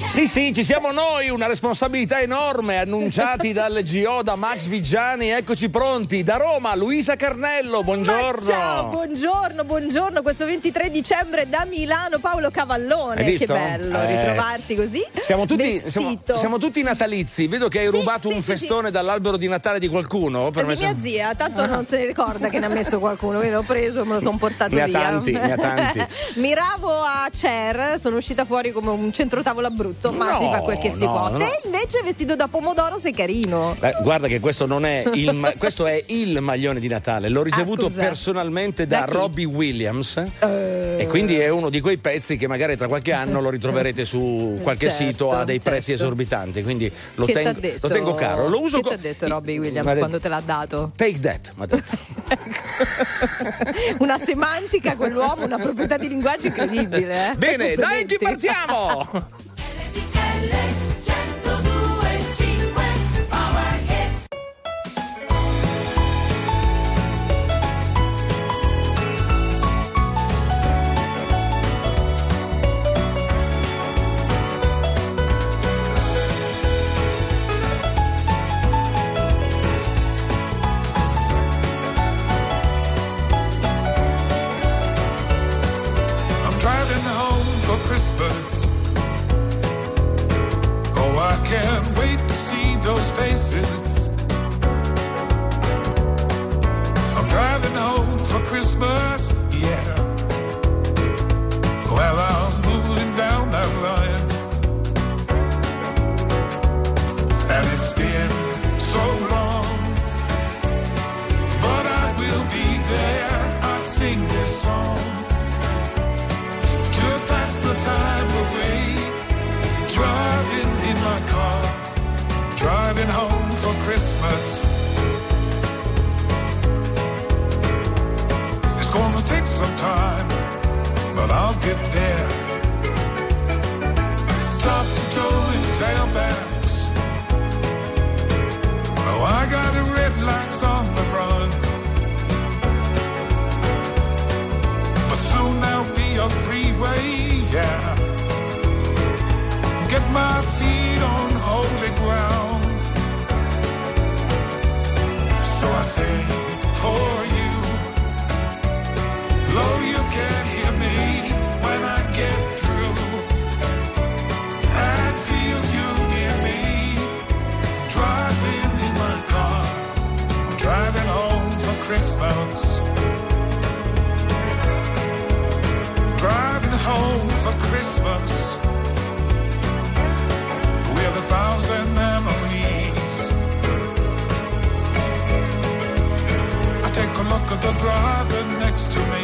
Sì, ci siamo noi, una responsabilità enorme, annunciati dal GO, da Max Vigiani. Eccoci pronti. Da Roma, Luisa Carnello, buongiorno. Ciao, buongiorno. Questo 23 dicembre da Milano, Paolo Cavallone. Che bello ritrovarti così. Siamo tutti natalizi. Vedo che hai rubato un festone dall'albero di Natale di qualcuno. Di mia zia, tanto non se ne ricorda che ne ha messo qualcuno. Io l'ho preso e me lo sono portato via. Ne ha tanti. Miravo a Cher, sono uscita fuori come un centrotavola brutto, ma si fa quel che si può. Te invece vestito da pomodoro sei carino. Guarda che questo non è questo è il maglione di Natale. L'ho ricevuto personalmente da Robbie Williams e quindi è uno di quei pezzi che magari tra qualche anno lo ritroverete su qualche sito a dei prezzi esorbitanti, quindi lo tengo caro. Lo uso. Che ti ha detto Robbie Williams quando te l'ha dato? Take that, m'ha detto. Una semantica quell'uomo, una proprietà di linguaggio incredibile. Bene, dai che partiamo. Christmas. Oh, I can't wait to see those faces. I'm driving home for Christmas, yeah. Well, I'm moving down that line, and it's been so long, but I will be there. I'll sing this song the time away, driving in my car, driving home for Christmas. It's gonna take some time, but I'll get there. Top to toe in tailbacks. Oh, I got a red lights on the run, but soon there'll be a freeway. Yeah, get my feet on holy ground. So I sing for you, though you can't hear me when I get through. I feel you near me, driving in my car, driving home for Christmas. Driving home for Christmas with 1,000 memories. I take a look at the driver next to me.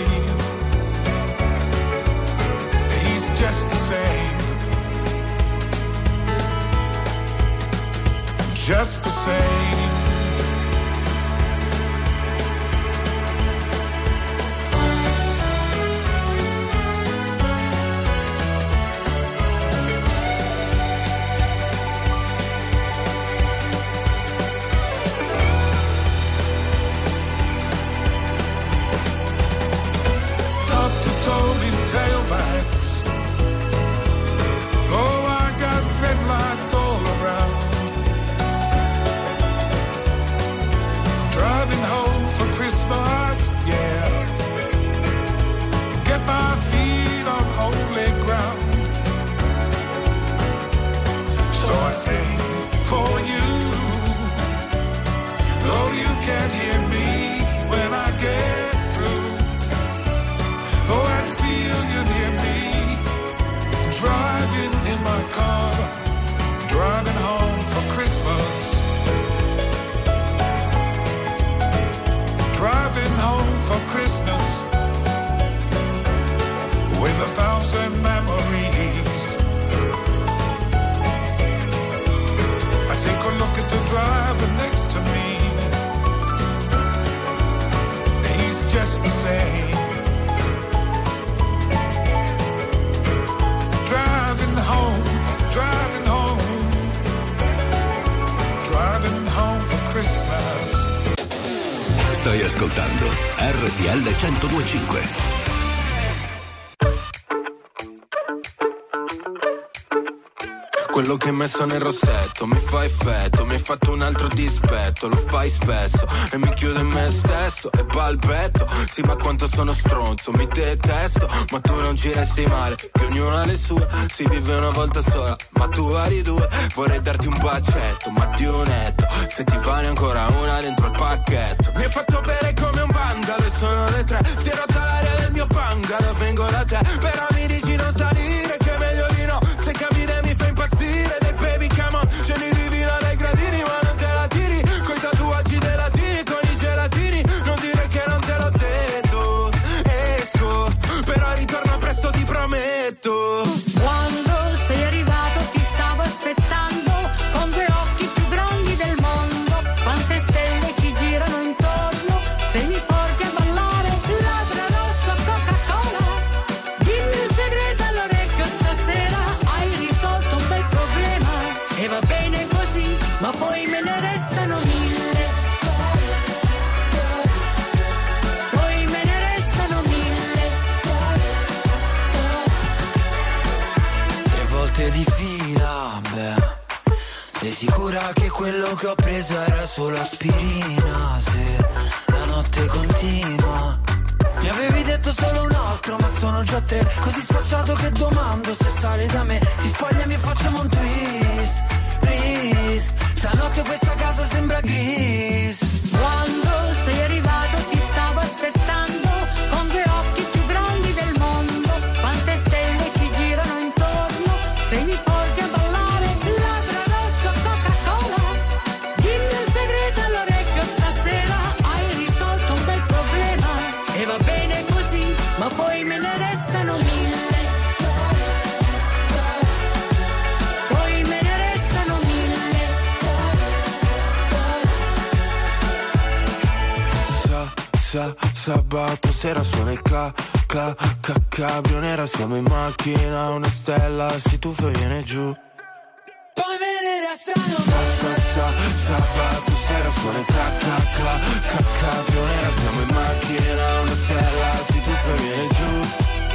He's just the same, just the same. Tailbacks. Oh, I got red lights all around. Driving home for Christmas, yeah. Get my feet on holy ground. So I sing for you, though you can't hear me when I get through. Oh, I feel you near me, driving in my car, driving home for Christmas. Driving home for Christmas with 1,000 memories. I take a look at the driver next to me. He's just the same. Driving home, driving home, driving home for Christmas. Stai ascoltando RTL 102.5. quello che hai messo nel rossetto mi fa effetto, mi hai fatto un altro dispetto, lo fai spesso e mi chiudo in me stesso e balbetto. Sì, ma quanto sono stronzo, mi detesto, ma tu non ci resti male, che ognuno ha le sue, si vive una volta sola, ma tu vari due. Vorrei darti un bacetto, ma di netto, se ti vale ancora una dentro il pacchetto. Mi hai fatto bere come un vandalo e sono le 3, si è rotta l'aria del mio bungalow, vengo da te, però mi dici non salire, che è meglio di no, se cammine mi fa impazzire. Dei baby come on, scendi di vino dai gradini, ma non te la tiri, coi tatuaggi dei latini, con i gelatini, non dire che non te l'ho detto. Esco, però ritorno presto, ti prometto. Quando sei arrivato ti stavo aspettando, con due occhi più grandi del mondo, quante stelle ci girano intorno, se mi porti a ballare, labbra rosso, Coca-Cola, dimmi un segreto all'orecchio stasera, hai risolto un bel problema, e va bene così, ma poi me ne restano mille, poi me ne restano mille. Tre volte di fila, beh, sei sicura che quello che ho preso era solo aspirina? Se la notte continua, mi avevi detto solo un altro, ma sono già tre, così sfacciato che domando se sale da me. Ti spogliami e facciamo un twist, please. Stanotte questa casa sembra gris. Quando sei arrivato ti stavo aspettando, con due occhi più grandi del mondo, quante stelle ci girano intorno, se mi porti a ballare, labbra rosso, Coca-Cola, dimmi un segreto all'orecchio stasera, hai risolto un bel problema, e va bene così, ma poi me ne restano mille, poi me ne restano mille. Sabato sera suona il cabrio nera, siamo in macchina, una stella si tuffa e viene giù. Poi me ne restano Sabato sera suona il cabrio nera, siamo in macchina, una stella si tuffa e viene giù.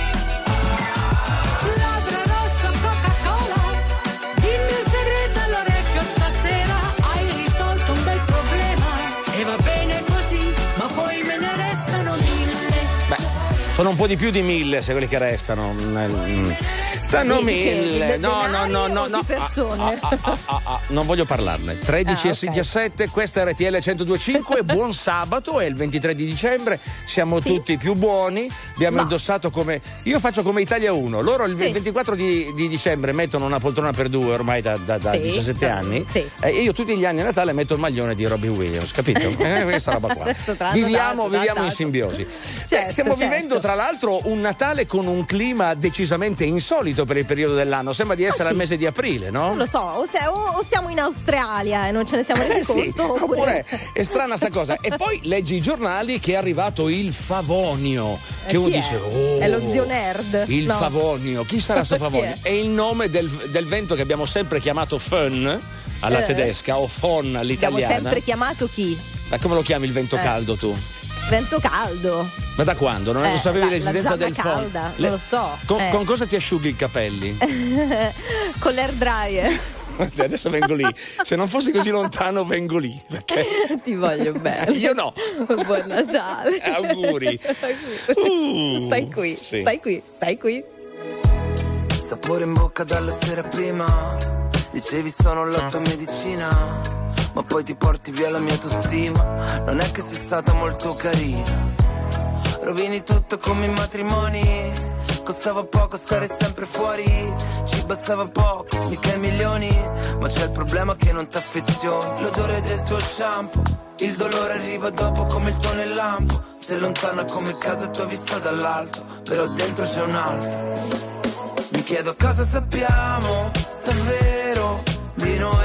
Labbra rosso, Coca-Cola, dimmi un segreto all'orecchio stasera, hai risolto un bel problema, e va bene così, ma poi me ne restano mille. Beh, sono un po' di più di 1000 se quelli che restano. Stanno 1000. No. Di persone. Non voglio parlarne. 13 e ok. 17, questa è RTL 102.5. Buon sabato, è il 23 di dicembre. Siamo tutti più buoni. Abbiamo indossato come. Io faccio come Italia 1. Loro il 24 di dicembre mettono una poltrona per due ormai da 17 anni. Sì. E io tutti gli anni a Natale metto il maglione di Robbie Williams, capito? Questa roba qua. Viviamo in simbiosi. Stiamo vivendo tra l'altro un Natale con un clima decisamente insolito per il periodo dell'anno. Sembra di essere al mese di aprile, no? Non lo so, o siamo in Australia e non ce ne siamo resi conto. Oppure è strana sta cosa. E poi leggi i giornali che è arrivato il Favonio. Che uno dice: oh, è lo zio nerd. Il Favonio. Chi sarà sto Favonio? È il nome del vento che abbiamo sempre chiamato Fön alla tedesca o Fon all'italiana. Abbiamo sempre chiamato chi? Ma come lo chiami il vento caldo tu? Vento caldo. Ma da quando? Non sapevi l'esistenza del phon? Non lo so. Con cosa ti asciughi i capelli? Con l'air dryer. Adesso vengo lì. Se non fossi così lontano vengo lì. Perché ti voglio bene. Io no. Buon Natale. Auguri. Stai qui. Sì. Stai qui. Sapore in bocca dalla sera prima, dicevi sono la tua medicina, ma poi ti porti via la mia autostima. Non è che sei stata molto carina, rovini tutto come i matrimoni. Costava poco stare sempre fuori, ci bastava poco, mica i milioni. Ma c'è il problema che non t'affezioni. L'odore del tuo shampoo, il dolore arriva dopo come il tuo nel lampo. Sei lontana come casa tua vista dall'alto, però dentro c'è un altro. Mi chiedo cosa sappiamo davvero di noi.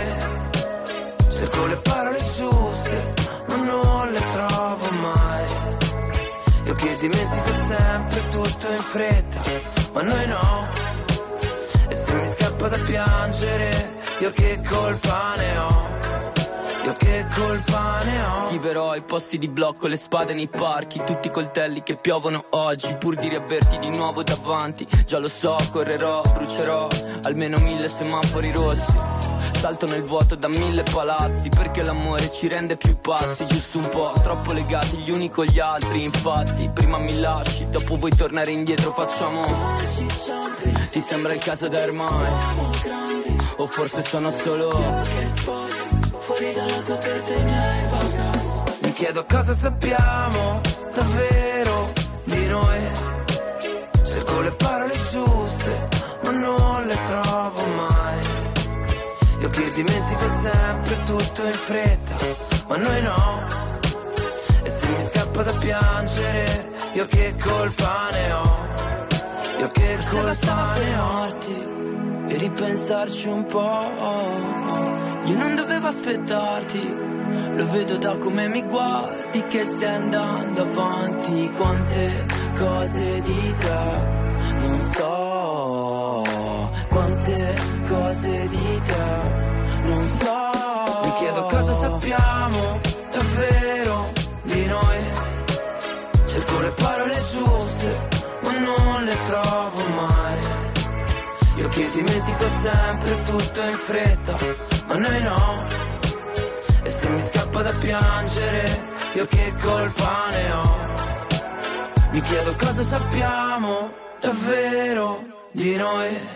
Cerco le parole giuste, ma non le trovo mai. Io che dimentico sempre tutto in fretta, ma noi no. E se mi scappa da piangere, io che colpa ne ho? io che colpa ne ho. Scriverò ai posti di blocco, le spade nei parchi, tutti i coltelli che piovono oggi, pur di riaverti di nuovo davanti. Già lo so, correrò, brucerò almeno 1000 semafori rossi. Salto nel vuoto da 1000 palazzi, perché l'amore ci rende più pazzi, giusto un po', troppo legati gli uni con gli altri. Infatti, prima mi lasci, dopo vuoi tornare indietro, facciamo. Ti sembra il caso da ormai? O forse sono solo io che spoglio, fuori dalla tua porta i miei bagagli. Mi chiedo cosa sappiamo davvero di noi. Cerco le parole giuste, ma non le trovo mai. Io che dimentico sempre tutto in fretta, ma noi no. E se mi scappa da piangere, io che colpa ne ho. Io che colpa ne ho. E ripensarci un po'. Io non dovevo aspettarti, lo vedo da come mi guardi che stai andando avanti. Quante cose di te non so, quante cose di te non so. Mi chiedo cosa sappiamo davvero di noi. Cerco le parole giuste, ma non le trovo mai. Io che dimentico sempre tutto in fretta, ma noi no. E se mi scappa da piangere, io che colpa ne ho. Mi chiedo cosa sappiamo davvero di noi.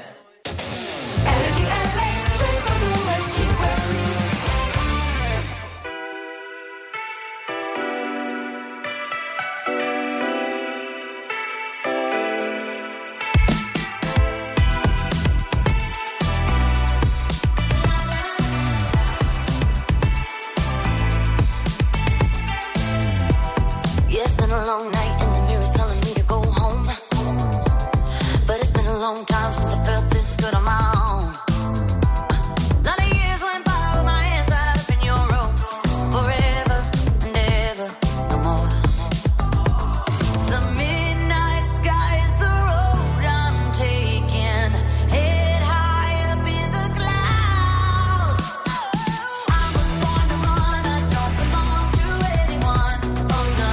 A long night and the mirror's telling me to go home, but it's been a long time since I felt this good on my own. Lot of years went by with my hands tied up in your ropes, forever and ever, no more. The midnight sky is the road I'm taking, head high up in the clouds. I was born to run, I don't belong to anyone, oh no.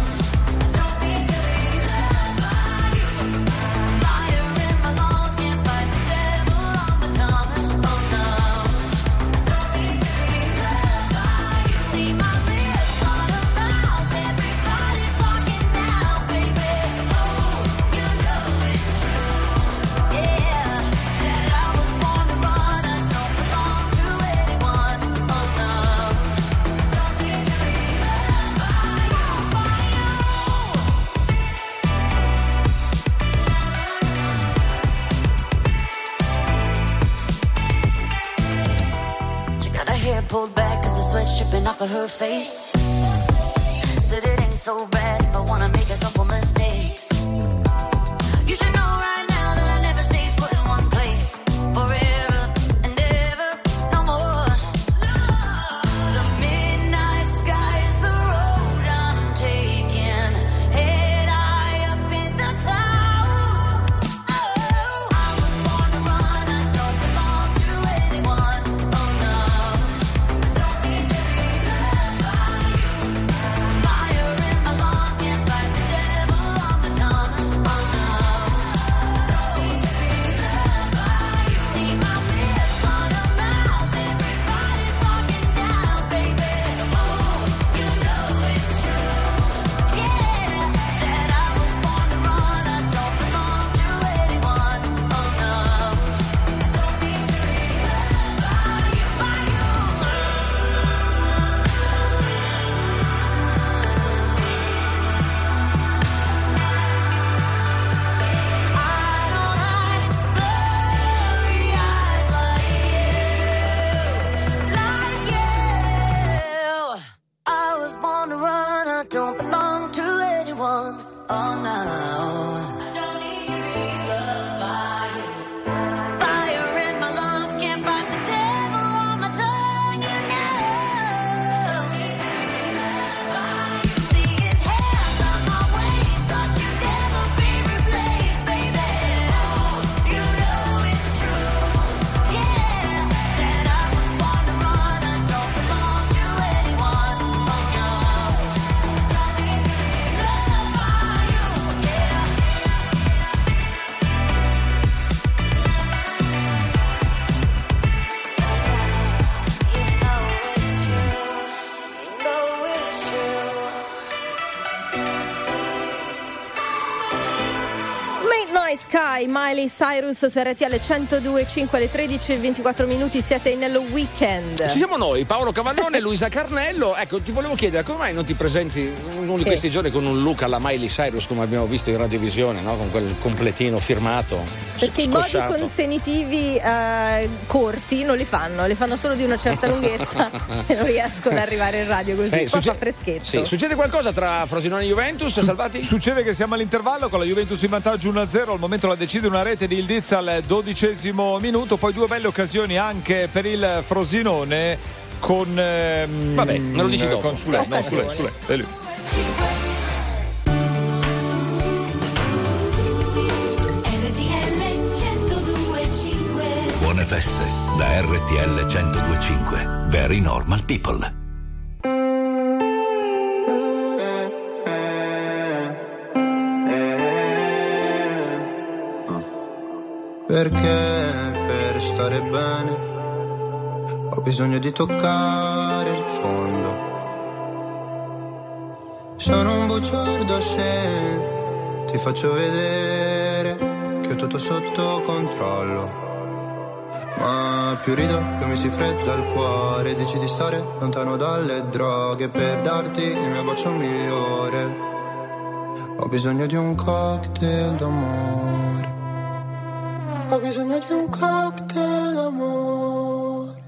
Pulled back cause the sweat's dripping off of her face. Said it ain't so bad if I wanna make a couple mistakes. You should know right now that I never stay put in one place forever and ever, no more. The midnight sky is the road I'm taking, head high up in the clouds. Oh, I was born to run, I don't belong to anyone, oh no. Fire in my lungs, can't fight the devil on my My Sky, Miley Cyrus su RTL 102.5 alle 13:24 siete nel weekend. Ci siamo noi, Paolo Cavallone e Luisa Carnello. Ecco, ti volevo chiedere come mai non ti presenti uno di questi giorni con un look alla Miley Cyrus come abbiamo visto in radiovisione, no? Con quel completino firmato. Perché scosciato. i body contenitivi corti non li fanno solo di una certa lunghezza e non riescono ad arrivare in radio così. Fa freschetto. Sì, succede qualcosa tra Frosinone e Juventus, Salvati? Succede che siamo all'intervallo con la Juventus in vantaggio 1-0, al momento la decide una rete di Ildiz al 12° minuto, poi due belle occasioni anche per il Frosinone con vabbè, me lo dici dopo. Con Sule, è lui. Buone feste da RTL 102.5. Very normal people. Perché per stare bene ho bisogno di toccare il fondo. Sono un bugiardo se ti faccio vedere che ho tutto sotto controllo. Ma più rido, più mi si fredda il cuore. Dici di stare lontano dalle droghe per darti il mio bacio migliore. Ho bisogno di un cocktail d'amore. Ho bisogno di un cocktail d'amore.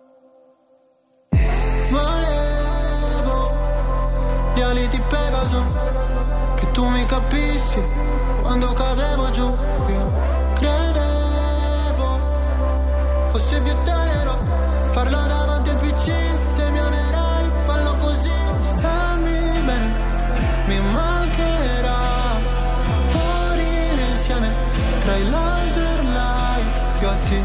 Volevo gli ali di Pegaso, che tu mi capissi quando cadevo giù. Io credevo fosse più tenero farlo davanti al PC. Se mi amerai, fallo così. Stammi bene, mi mancherà morire insieme tra i laser light più alti.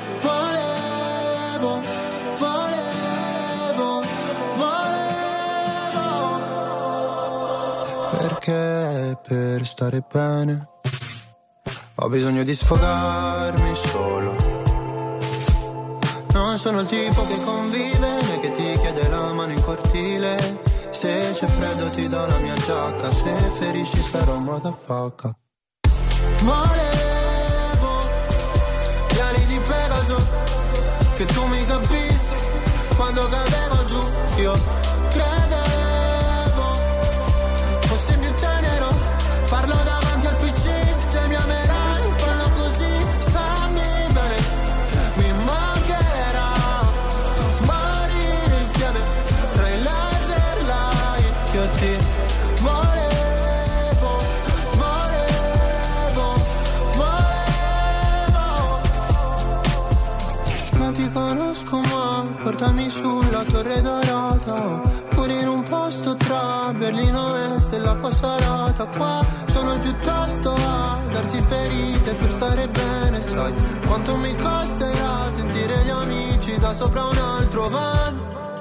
Volevo perché per stare bene ho bisogno di sfogarmi solo. Non sono il tipo che convive né che ti chiede la mano in cortile. Se c'è freddo ti do la mia giacca, se ferisci sarò un motherfucker. Volevo gli ali di Pegaso, che tu mi capissi quando cadevo giù. Io credevo fosse più tenero farlo davanti al PC. Se mi amerai, fallo così. Stammi bene, mi mancherà morire insieme tra i laser light. Io ti ti conosco ma portami sulla Torre Dorata, pure in un posto tra Berlino Est e l'acqua salata. Qua sono piuttosto a darsi ferite per stare bene. Sai quanto mi costerà sentire gli amici da sopra un altro van.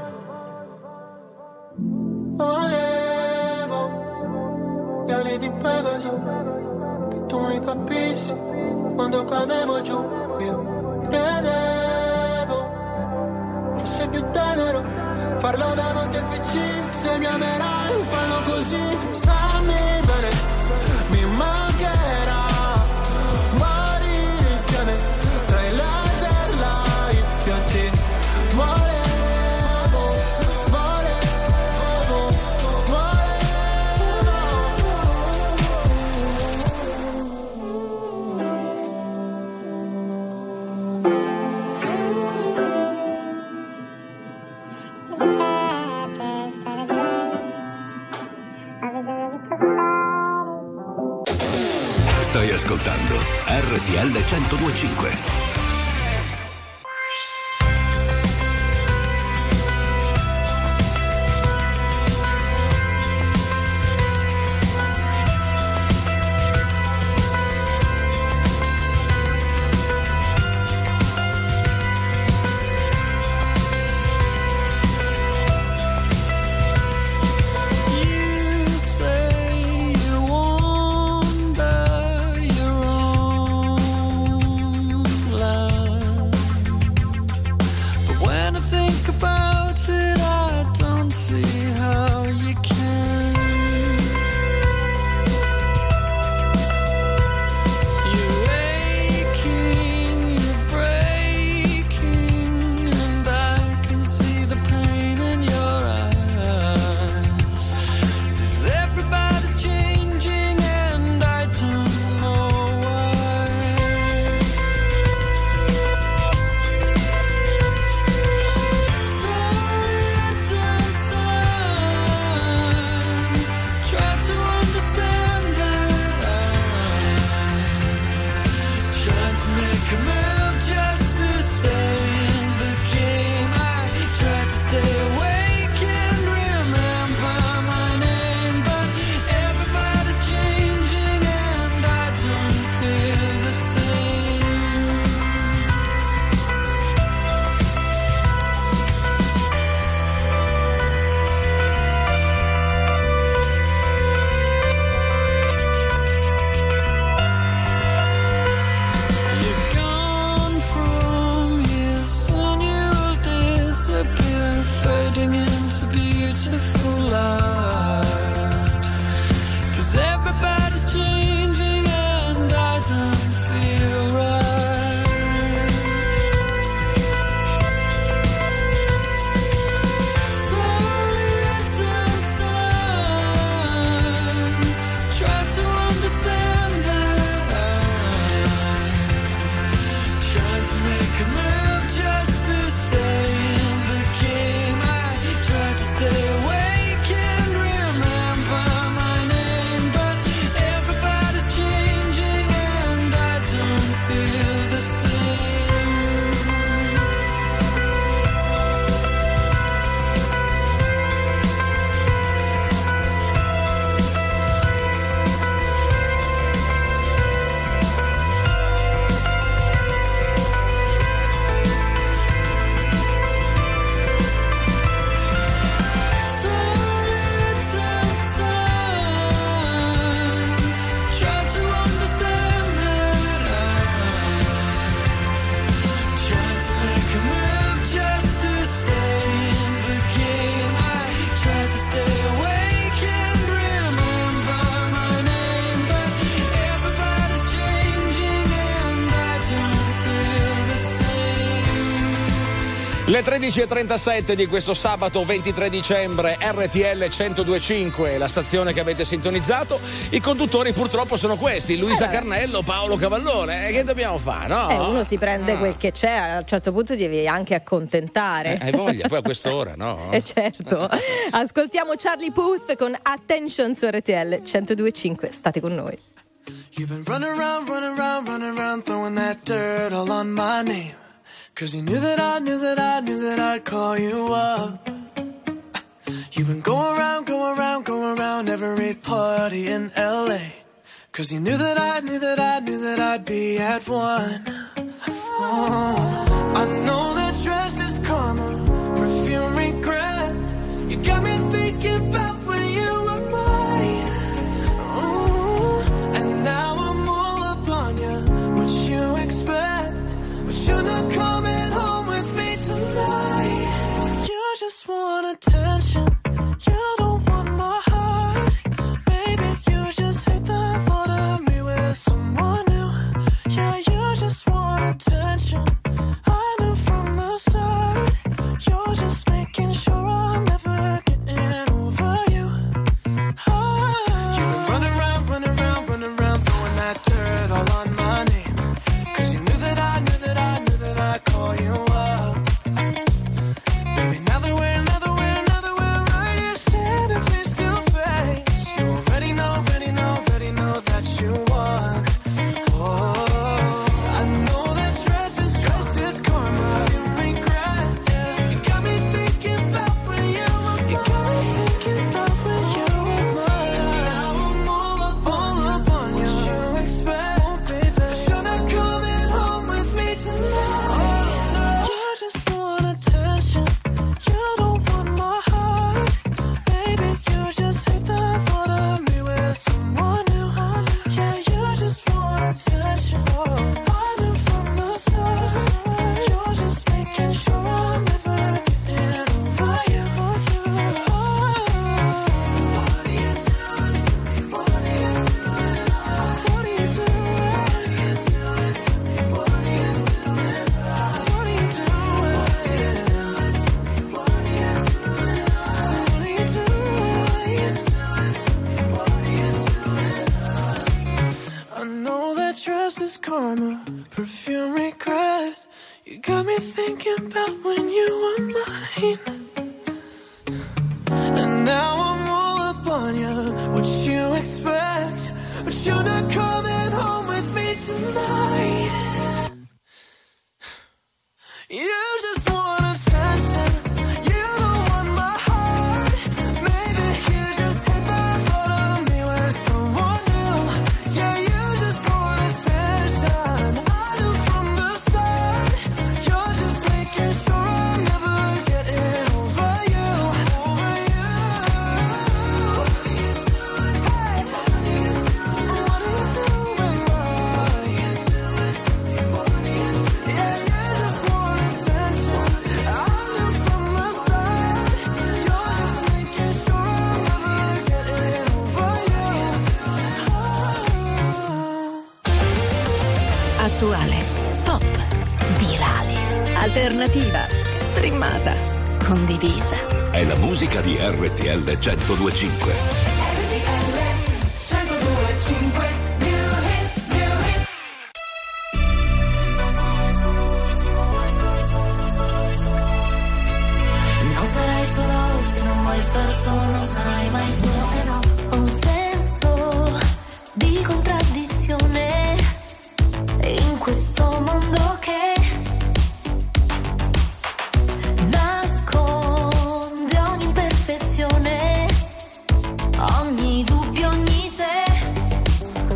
Volevo gli ali di Pegaso, che tu mi capissi quando cadevo giù. Io credevo fosse più tenero farlo davanti al PC. Se mi amerai, fallo così. Stammi bene, mi mancherà morire insieme tra i laser light più alti. Stai ascoltando RTL 102.5. Love Le 13.37 di questo sabato 23 dicembre, RTL 102.5, la stazione che avete sintonizzato. I conduttori purtroppo sono questi: Luisa Carnello, Paolo Cavallone. Che dobbiamo fare, no? Uno si prende quel che c'è, a un certo punto devi anche accontentare. Hai voglia, poi a quest'ora, no? Certo. Ascoltiamo Charlie Puth con Attention su RTL 102.5. State con noi. You've been running around, throwing that dirt all on my name. 'Cause you knew that I'd call you up. You've been going around every party in LA. 'Cause you knew that I'd be at one. Oh, I know that dress is karma, perfume regret. You got me thinking about when you were mine. Oh, and now I'm all up on you. What you expect? But you're not coming home with me tonight. You just want attention. You don't want my heart. Maybe you just hate the thought of me with someone new. Yeah, you just want attention. I knew from the start. You're just making sure I'm never getting over you. Oh. You've been running around, throwing that dirt all on my name. 'Cause you knew that I'd call you up. Baby, now that we're right here standing face to face, you already know that you won. Oh, I know that dress is karma, you regret. You got me thinking about when you were mine. Now I'm all up on you. What you expect? Oh, baby, but you're not coming home with me tonight. You just want attention. You don't want my heart. Baby, you just hate the thought of me with someone new. Yeah, you just want attention. I knew from the start. You're just making sure I'm never getting over you. What are you doing to me? What are you doing? What are you doing? To me? What are you doing? What are you doing? What are you doing? I know that dress is karma, perfume regret. You got me thinking about when you were mine. And now I'm all up on you. What you expect? But you're not coming home with me tonight. You just want attention. You don't want my heart. Maybe you just hate the thought of me with someone new. Yeah, you just want attention. I knew from the start. You're just making sure I'm never getting over you. What are you doing? Hey, what are you doing? What are you doing? What are you doing? Yeah, you just want attention. I knew from the start. You're just making sure I'm never getting over you. Attuale, pop, virale, alternativa, streamata, condivisa. È la musica di RTL 102.5. Non sarai solo se non vuoi star solo, non sarai mai solo, no. Ho un senso di contraddizione in questo mondo che nasconde ogni imperfezione, ogni dubbio, ogni se.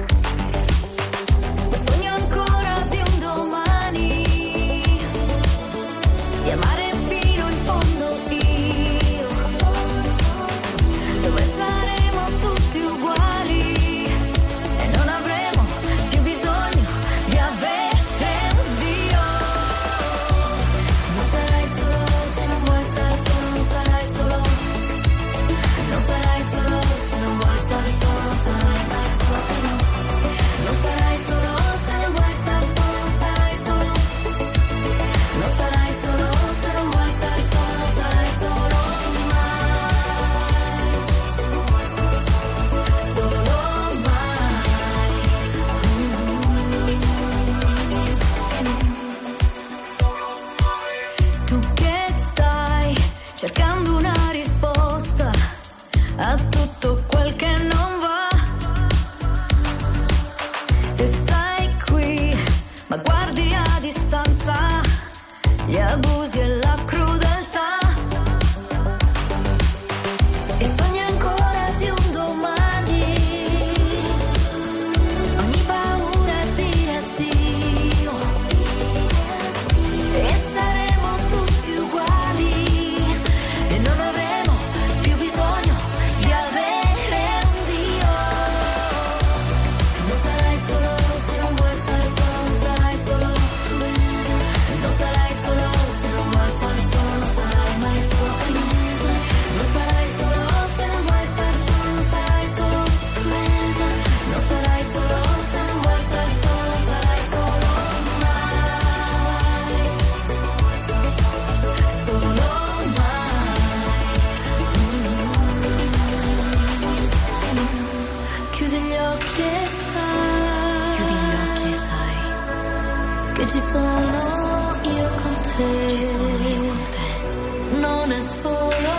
ci sono io con te. Non è solo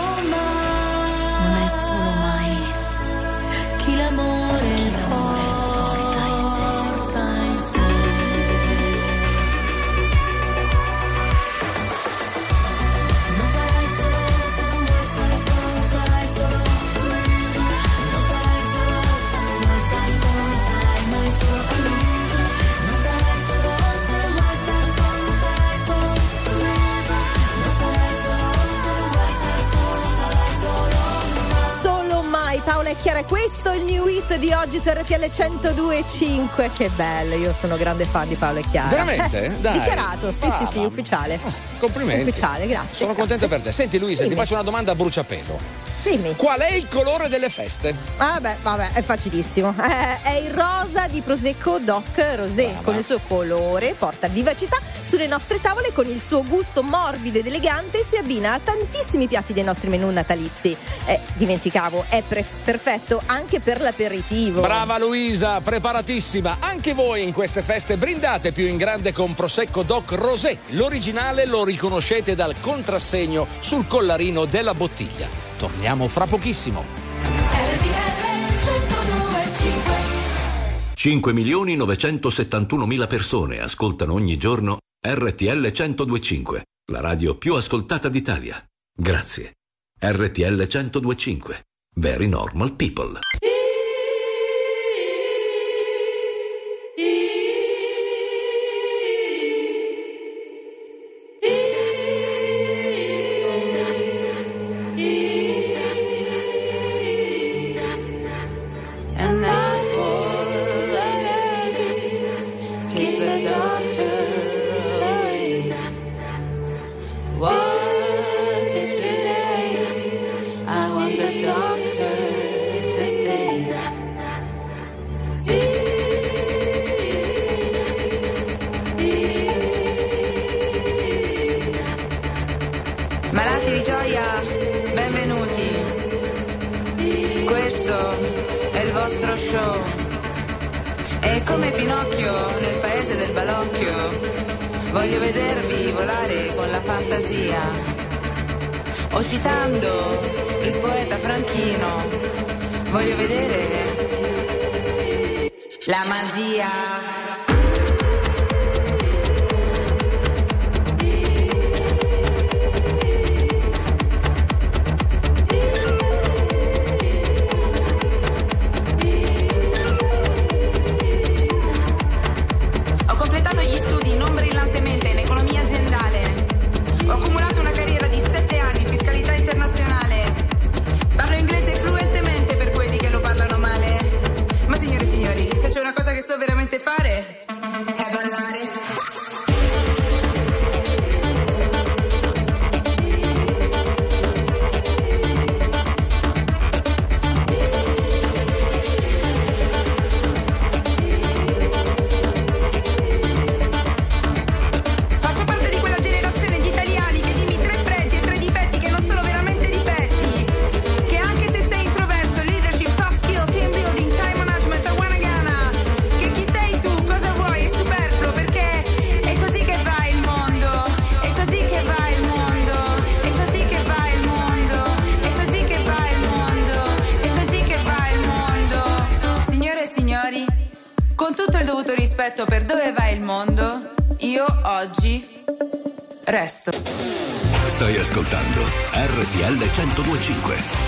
mai chi l'amore porta in sé. Non sarai solo se non vuoi stare solo, sarai solo. Non sarai solo se non vuoi stare solo, sarai mai solo. Non sarai solo se non vuoi stare solo, sarai solo. Non sarai solo se non vuoi stare solo, sarai solo. Solo mai, Paola e Chiara, questo è il new hit di oggi su RTL 102.5. Che bello, io sono grande fan di Paola e Chiara. Veramente? Dai. Dichiarato, sì, ufficiale. Complimenti. Ufficiale, grazie. Sono contenta per te. Senti Luisa, ti faccio una domanda a bruciapelo. Dimmi. Qual è il colore delle feste? Vabbè, è facilissimo. È il rosa di Prosecco Doc Rosé. Brava. Con il suo colore porta vivacità sulle nostre tavole, con il suo gusto morbido ed elegante si abbina a tantissimi piatti dei nostri menù natalizi. Dimenticavo, è perfetto anche per l'aperitivo. Brava Luisa, preparatissima. Anche voi in queste feste brindate più in grande con Prosecco Doc Rosé. L'originale lo riconoscete dal contrassegno sul collarino della bottiglia. Torniamo fra pochissimo. 5.971.000 persone ascoltano ogni giorno RTL 102.5, la radio più ascoltata d'Italia. Grazie. RTL 102.5. Very normal people. Malati di gioia, benvenuti. Questo è il vostro show. E come Pinocchio nel paese del balocchio, voglio vedervi volare con la fantasia. O citando il poeta Franchino, voglio vedere la magia. Che so veramente fare è ballare. Faccio parte di quella generazione di italiani che dimmi 3 pregi e 3 difetti che non sono veramente difetti, che anche se sei introverso, leadership, soft skills, team building, time management, con tutto il dovuto rispetto per dove va il mondo, io oggi resto. Stai ascoltando RTL 102.5.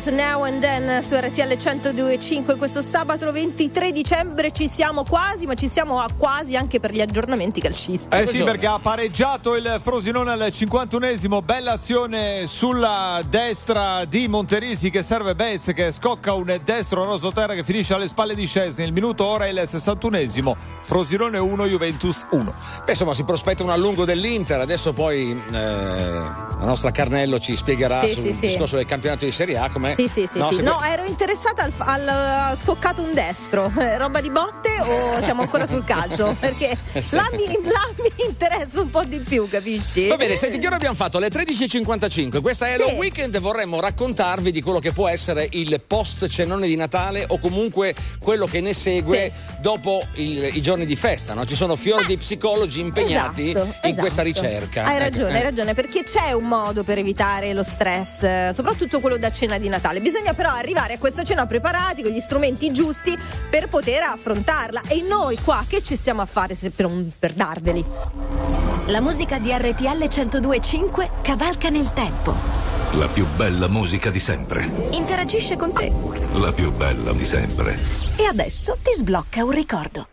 Beatles, Now and Then su RTL 102.5 questo sabato 23 dicembre. Ci siamo quasi, ma ci siamo a quasi anche per gli aggiornamenti calcistici. Sì, perché ha pareggiato il Frosinone al 51esimo. Bella azione sulla destra di Monterisi che serve Bates, che scocca un destro Rosoterra che finisce alle spalle di Szczesny. Il minuto ora è il 61esimo. Frosinone 1, Juventus 1. Beh, insomma, si prospetta un allungo dell'Inter. Adesso poi la nostra Carnello ci spiegherà sul discorso del campionato di Serie A com'è. No, ero interessata al scoccato un destro. Roba di botte o siamo ancora sul calcio? Perché là mi interessa un po' di più, capisci? Va bene, senti, che ora abbiamo fatto le 13.55. Questa è lo weekend e vorremmo raccontarvi di quello che può essere il post cenone di Natale o comunque quello che ne segue dopo i giorni di festa, no? Ci sono fior di psicologi impegnati in questa ricerca. Hai ragione, perché c'è un modo per evitare lo stress, soprattutto quello da cena di Natale. Bisogna però arrivare a questa cena preparati con gli strumenti giusti per poter affrontarla. E noi qua che ci stiamo a fare per darveli? La musica di RTL 102.5 cavalca nel tempo. La più bella musica di sempre. Interagisce con te. La più bella di sempre. E adesso ti sblocca un ricordo.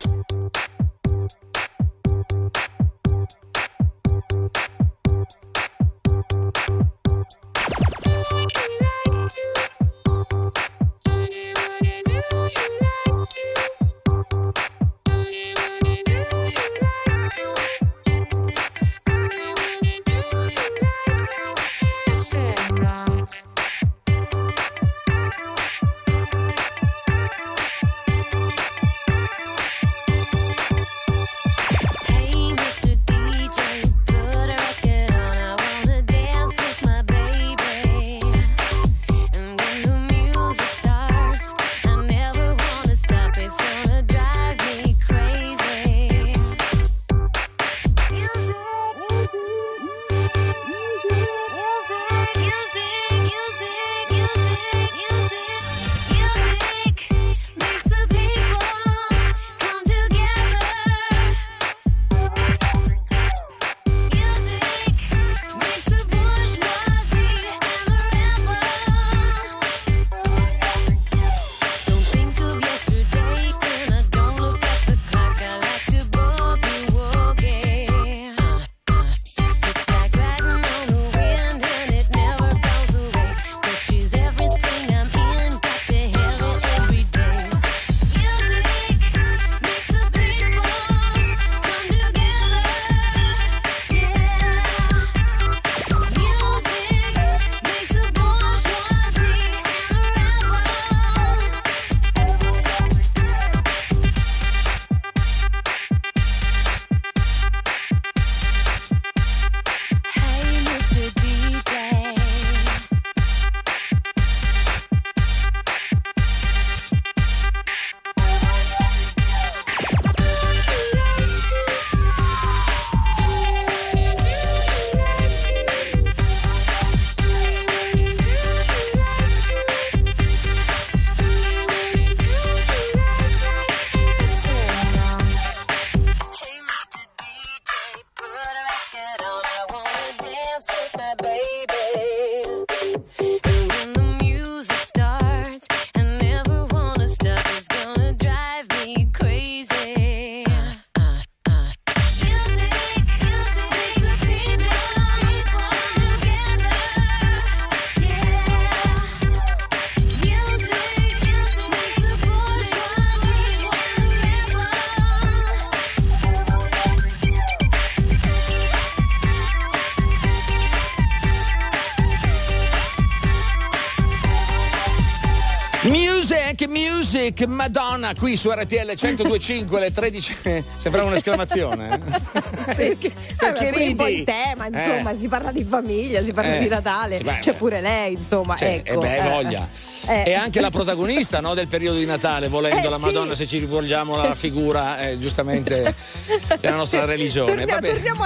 Music, Madonna, qui su RTL 102.5 le 13. Sembrava un'esclamazione. Perché ridi? Un po' il tema, insomma, si parla di famiglia, si parla di Natale, c'è pure lei, insomma, ecco. Voglia. E anche la protagonista, no, del periodo di Natale, volendo la Madonna, se ci rivolgiamo alla figura, giustamente, della nostra religione. Torniamo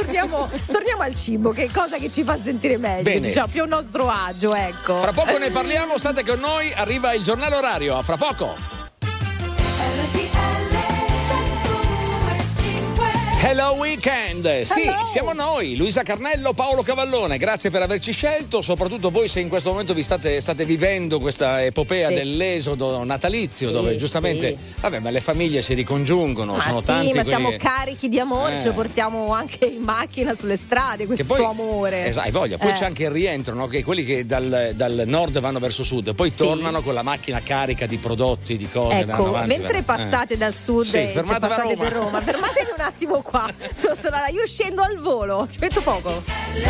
al cibo, che è cosa che ci fa sentire meglio, diciamo, più a nostro agio, ecco. Fra poco ne parliamo, state con noi, arriva il giornale orario, a fra poco. Hello Weekend, sì, Hello. siamo noi, Luisa Carnello, Paolo Cavallone, grazie per averci scelto, soprattutto voi se in questo momento vi state vivendo questa epopea dell'esodo natalizio, dove giustamente, vabbè, ma le famiglie si ricongiungono, sono tanti ma quelli siamo che... carichi di amore, ce lo portiamo anche in macchina sulle strade, questo poi, amore. Hai voglia, poi c'è anche il rientro, no? Che quelli che dal nord vanno verso sud, poi tornano con la macchina carica di prodotti, di cose, vanno Ecco, avanti, mentre passate dal sud Sì, e fermatevi a passate Roma. per Roma, fermatevi un attimo qua sotto io scendo al volo, ci metto poco.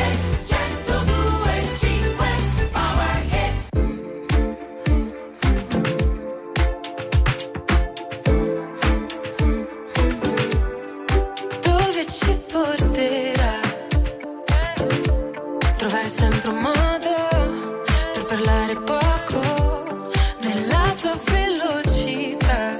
Dove ci porterà? Trovare sempre un modo per parlare poco nella tua velocità.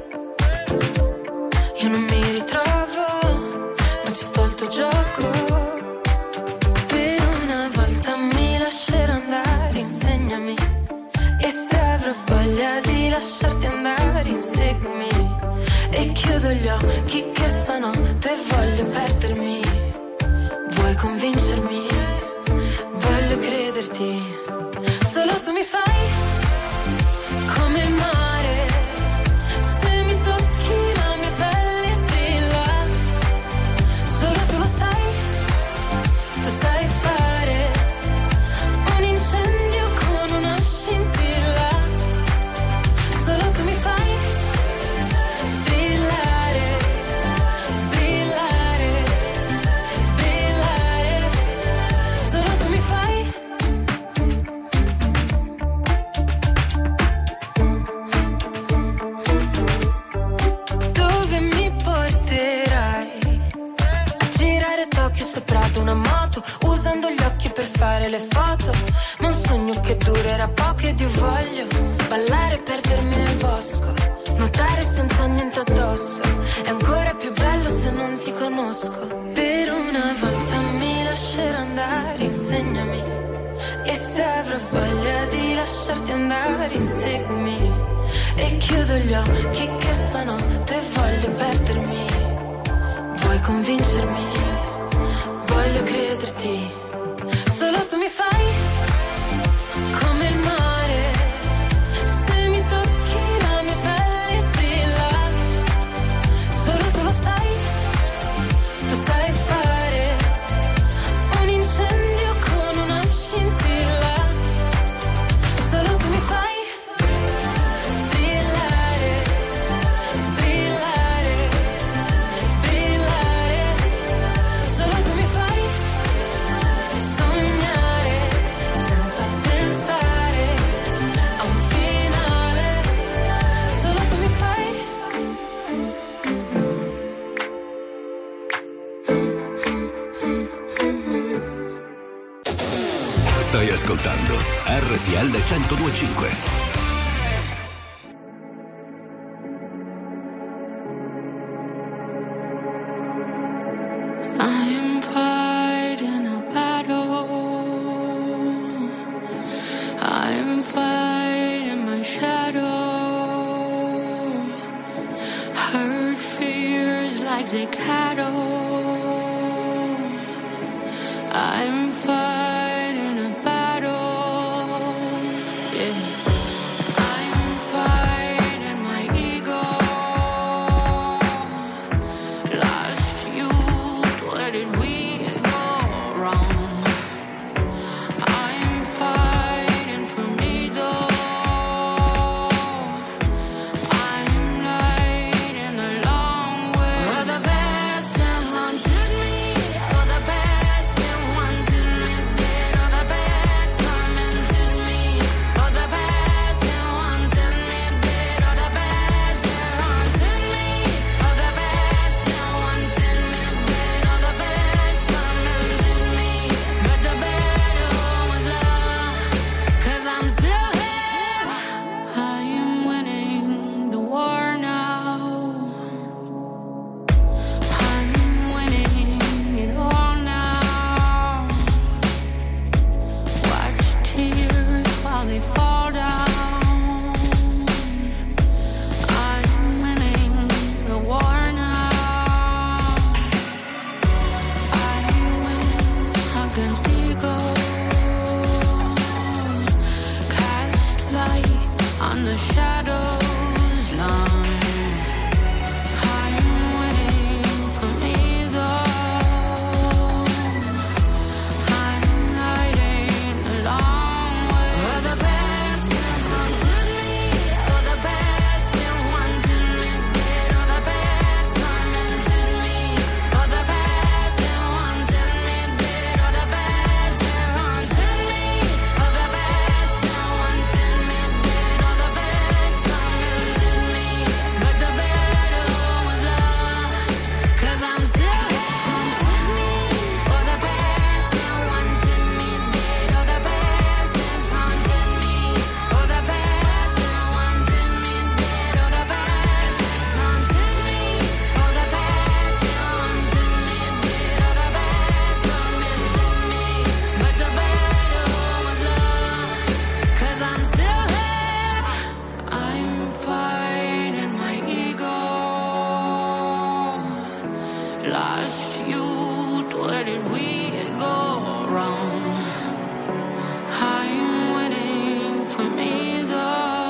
Io non mi ritrovo, ma ci sto al tuo gioco. Per una volta mi lascerò andare, insegnami. E se avrò voglia di lasciarti andare, inseguimi. E chiudo gli occhi che stanotte voglio perdermi. Vuoi convincermi? Voglio crederti. Solo tu mi fai come il mare. Se mi tocchi la mia pelle brilla. Solo tu lo sai. Tu sai fare un incendio con una scintilla. Solo tu mi fai brillare, brillare, brillare. Solo tu mi fai. Dove mi porterai? A girare Tokyo sopra ad una moto, usando gli occhi per fare le foto. Ma un sogno che durerà poco ed io voglio ballare e perdermi nel bosco, nuotare senza niente addosso. È ancora più bello se non ti conosco. Per una volta mi lascerò andare, insegnami. E se avrò voglia di lasciarti andare, inseguimi. E chiudo gli occhi che stanotte voglio perdermi. Vuoi convincermi? Voglio crederti. Solo tu mi fai come il mare. Se mi tocchi la mia pelle brilla. Solo tu lo sai. Tu sai fare un incendio con una scintilla. Solo tu mi fai brillare, brillare, brillare. Solo tu mi fai sognare senza pensare a un finale. Solo tu mi fai. Stai ascoltando RTL 102.5. I'm fighting a battle. I'm fighting my shadow. Hurt fears like the cattle. I'm fighting a battle. Yeah. I'm fighting my ego. Lost youth, where did we go wrong? I'm fighting for neither. I'm lighting a long way. For the past and haunted me. For the past and haunted me. against ego. Cast light on the shadows line. I'm winning from ego. I'm hiding a long way. For the best that haunted me, for the best that wanted me dead, for the best tormented me, for the best that wanted me dead, for the best that haunted me, for the best that wanted me dead, for the best tormented me, but the battle was lost, 'cause I'm still haunted me, for the best that wanted me dead, for the best that haunted me, for the best that wanted me dead, for the best that haunted me, for the best that wanted me dead, for the best tormented me, but the battle was lost, 'cause I'm still here. I'm fighting my ego. Lost youth, where did we go wrong? I'm winning from ego.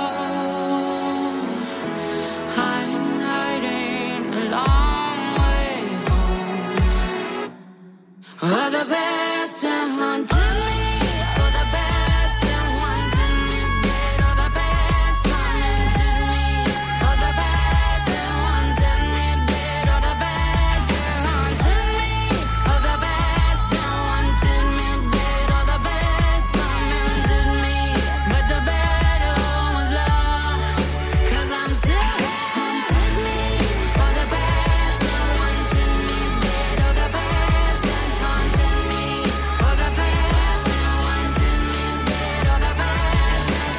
I'm hiding a long way home. For the best that haunted me, for the best that wanted me dead, for the best tormented me, for the best that wanted me dead, for the best that haunted me, for the best that wanted me dead, for the best tormented me, but the battle was lost, 'cause I'm still haunted me, for the best that wanted me dead, for the best that haunted me, for the best that wanted me dead, for the best that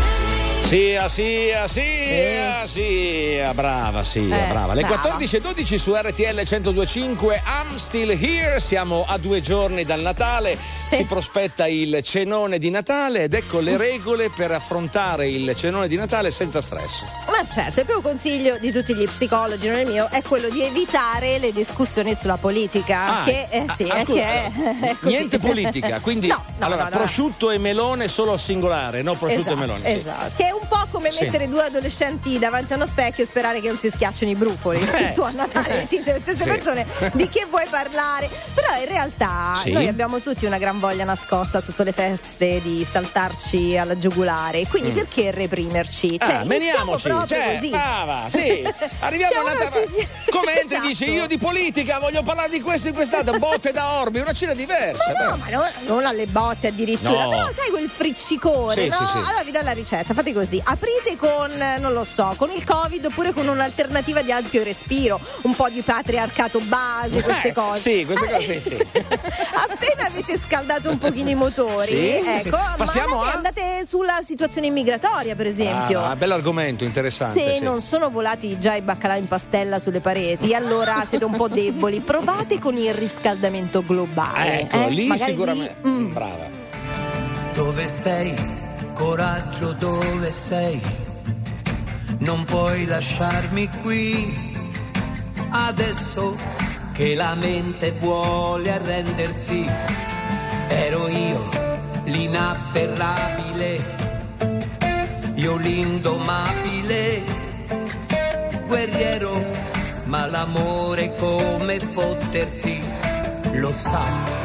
haunted me. Sia, brava, brava. Le 14:12 su RTL 102.5, I'm Still Here, siamo a 2 giorni dal Natale, si prospetta il cenone di Natale ed ecco le regole per affrontare il cenone di Natale senza stress. Ma certo, il primo consiglio di tutti gli psicologi, non il mio, è quello di evitare le discussioni sulla politica. Niente politica, quindi no, prosciutto e melone solo al singolare, no? Prosciutto e melone. Esatto. Che è un po' come mettere due adolescenti davanti a uno specchio e sperare che non si schiacciano i brufoli. Tu a Natale metti insieme le stesse persone, di che vuoi parlare? Però in realtà noi abbiamo tutti una gran voglia nascosta sotto le feste di saltarci alla giugulare, quindi perché reprimerci? Meniamoci, così. brava, arriviamo a Natale. Come entri e dici io di politica voglio parlare di questo in quest'altro, botte da orbi, una cena diversa. Ma non alle botte addirittura, però sai quel friccicore, no? Allora vi do la ricetta, fate così, aprite con, non lo so, con il Covid oppure con un'alternativa di ampio respiro, un po' di patriarcato base, queste cose. Queste cose sì. Appena avete scaldato un pochino i motori, ecco, andate sulla situazione immigratoria, per esempio. Bello argomento, interessante. Se non sono volati già i baccalà in pastella sulle pareti, allora siete un po' deboli. Provate con il riscaldamento globale. Lì magari sicuramente. Brava. Dove sei? Coraggio, dove sei? Non puoi lasciarmi qui. Adesso che la mente vuole arrendersi, ero io l'inafferrabile, io l'indomabile, guerriero, ma l'amore come fotterti lo sa.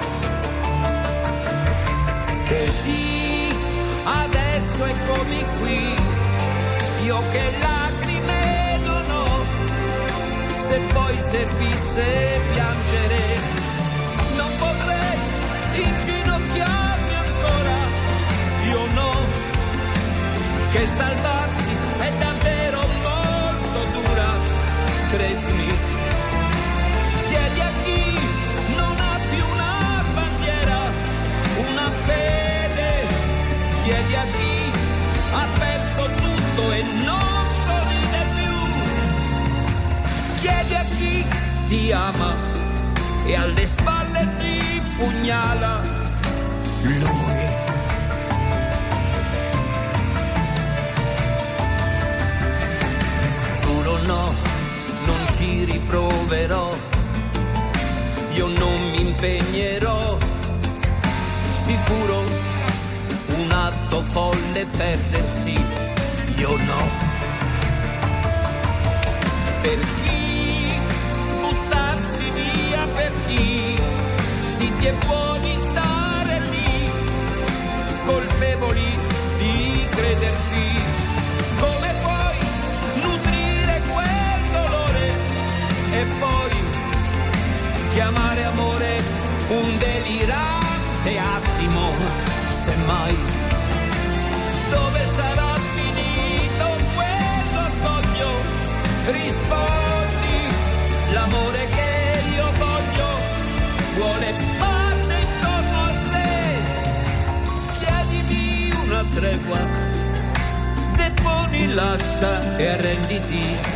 Così adesso eccomi qui, io che lacrime non ho, se poi servisse piangere non potrei inginocchiarmi ancora, io no, che salvarsi è davvero molto dura, credimi. Chiedi a chi non ha più una bandiera, una fede, chiedi a chi ha perso tutto e non sorride più, chiedi a chi ti ama e alle spalle ti pugnala lui. Giuro no, non ci riproverò, io non mi impegnerò troppo folle perdersi, io no. Per chi buttarsi via, per chi zitti e buoni stare lì, colpevoli di crederci. Come puoi nutrire quel dolore e poi chiamare amore un delirante attimo, semmai? Dove sarà finito quell'orgoglio? Rispondi, l'amore che io voglio vuole pace intorno a sé. Chiedimi una tregua, deponi, lascia e arrenditi.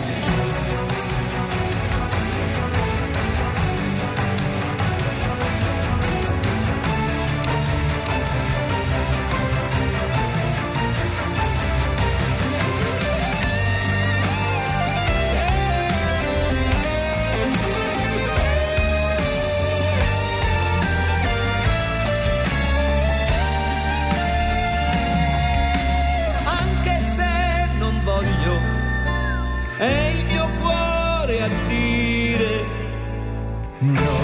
È il mio cuore a dire no.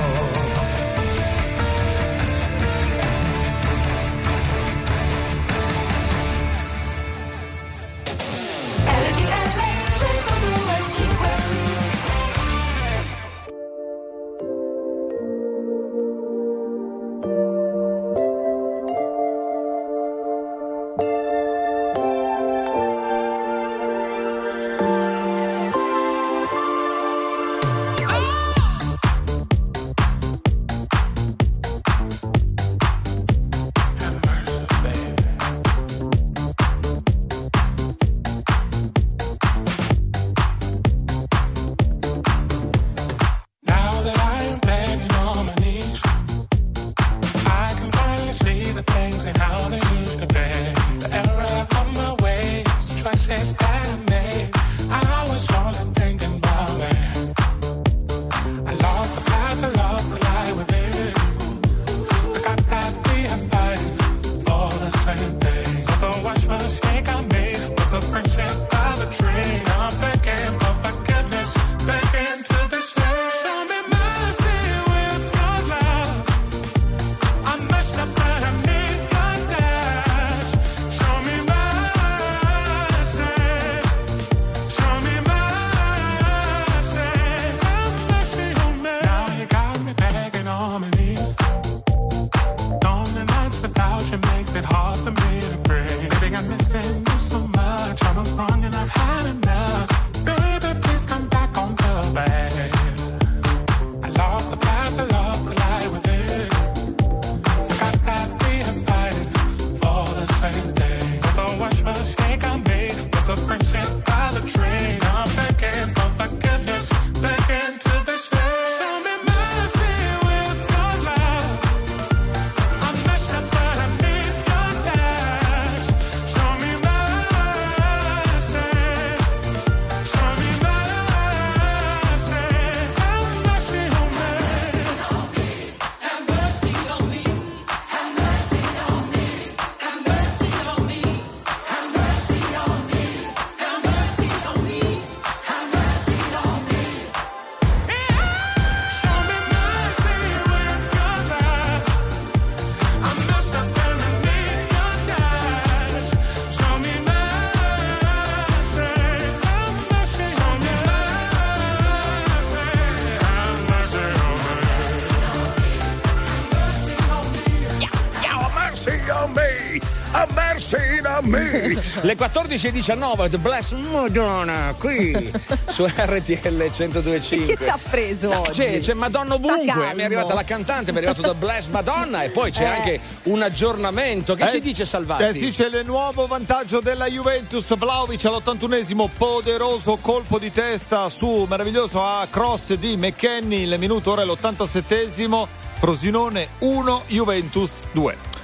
Le 14:19, The Blessed Madonna qui su RTL 102.5. Che ti ha preso oggi? C'è Madonna ovunque, mi è arrivata la cantante, mi è arrivato The Blessed Madonna e poi c'è anche un aggiornamento. Che ci dice Salvati? Sì, c'è il nuovo vantaggio della Juventus. Vlahovic all'81esimo, poderoso colpo di testa su meraviglioso a cross di McKennie, il minuto ora è l'87esimo. Frosinone 1, Juventus 2.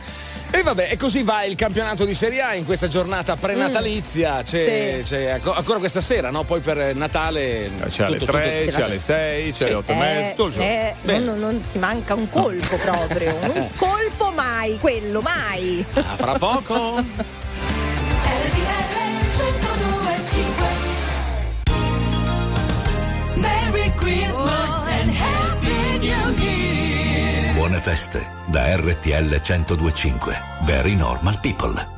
E vabbè, e così va il campionato di Serie A in questa giornata prenatalizia. C'è ancora questa sera, no? Poi per Natale c'è alle 3, c'è alle 6, c'è alle 8 e mezza, tutto il giorno. Non si manca un colpo proprio. Un colpo mai, quello mai. Fra poco. Merry Christmas and Happy New Year. Buone feste da RTL 102.5. Very Normal People.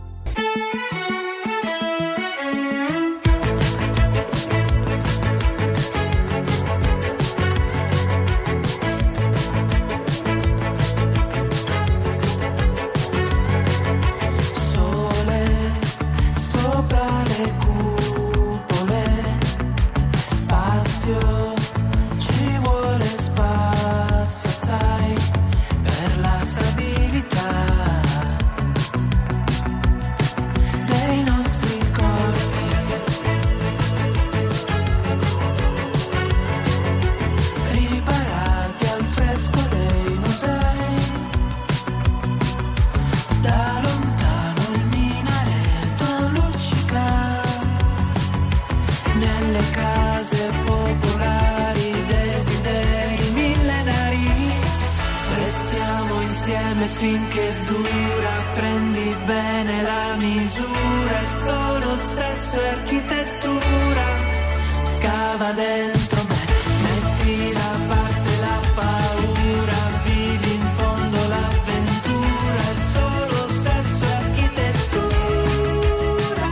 Finché dura, prendi bene la misura, è solo sesso e architettura, scava dentro me, metti da parte la paura, vivi in fondo l'avventura, è solo sesso e architettura.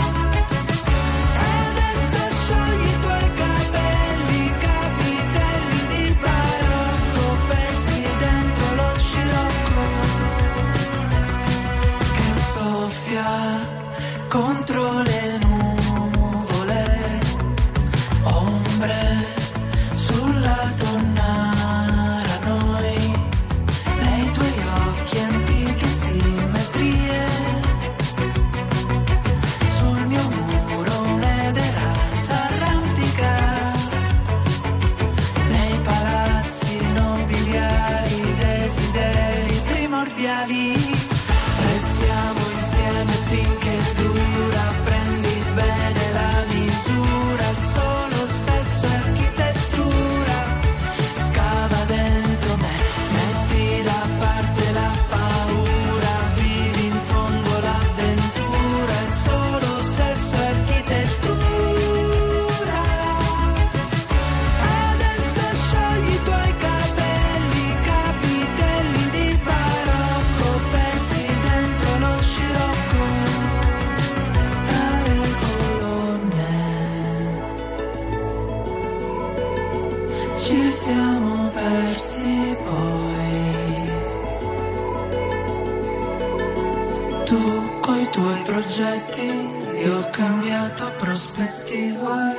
Adesso sciogli i tuoi capelli, capitelli di barocco, persi dentro lo scirocco contro le nuvole, ombre sulla tonnara, noi nei tuoi occhi antiche simmetrie, sul mio muro un'edera s'arrampica, nei palazzi nobiliari, desideri primordiali. Finché dura, prendi bene la misura, solo sesso e architettura, scava dentro me, metti da parte la paura, vivi in fondo l'avventura, è solo sesso e architettura. Adesso sciogli i tuoi capelli, capitelli di barocco, persi dentro lo scirocco. Ci siamo persi poi, tu coi tuoi progetti, io ho cambiato prospettiva.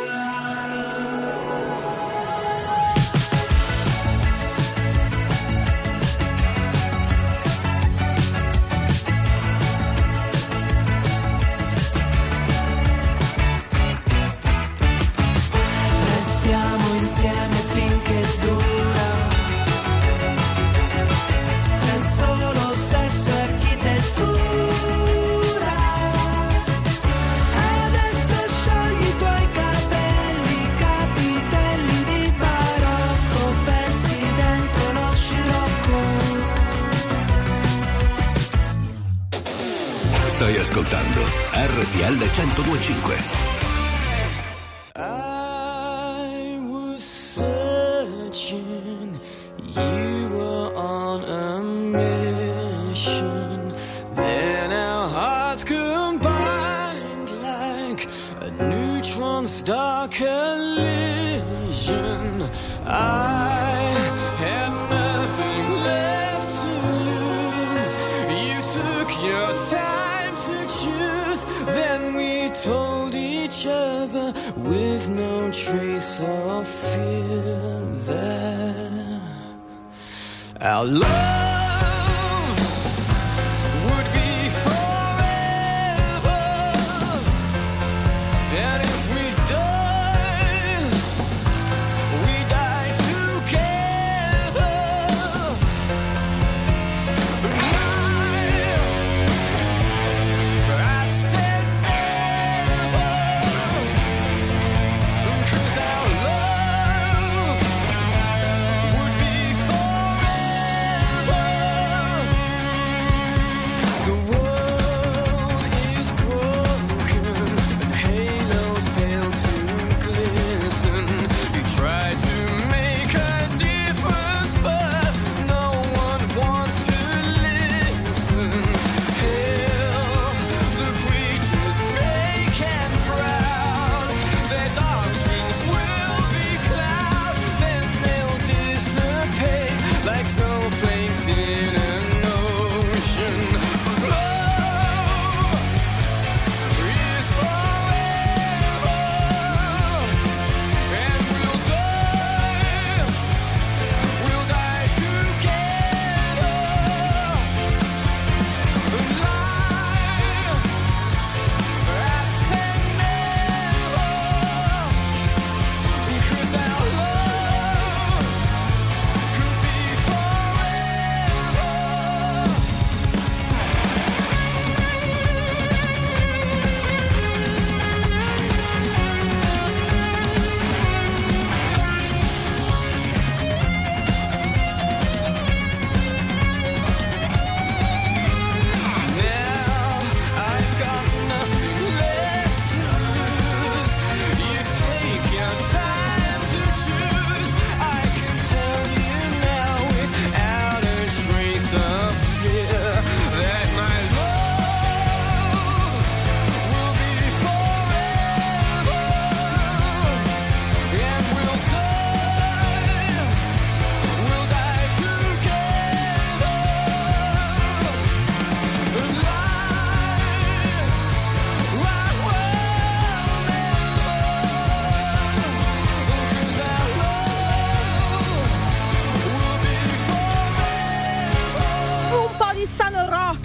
Stai ascoltando RTL 102.5. I was searching, you were on a mission. Then our hearts combined like a neutron star collision. I had nothing left to lose. You took your time to choose. Then we told each other with no trace of fear that our love would be forever. And if we die, we die together. But my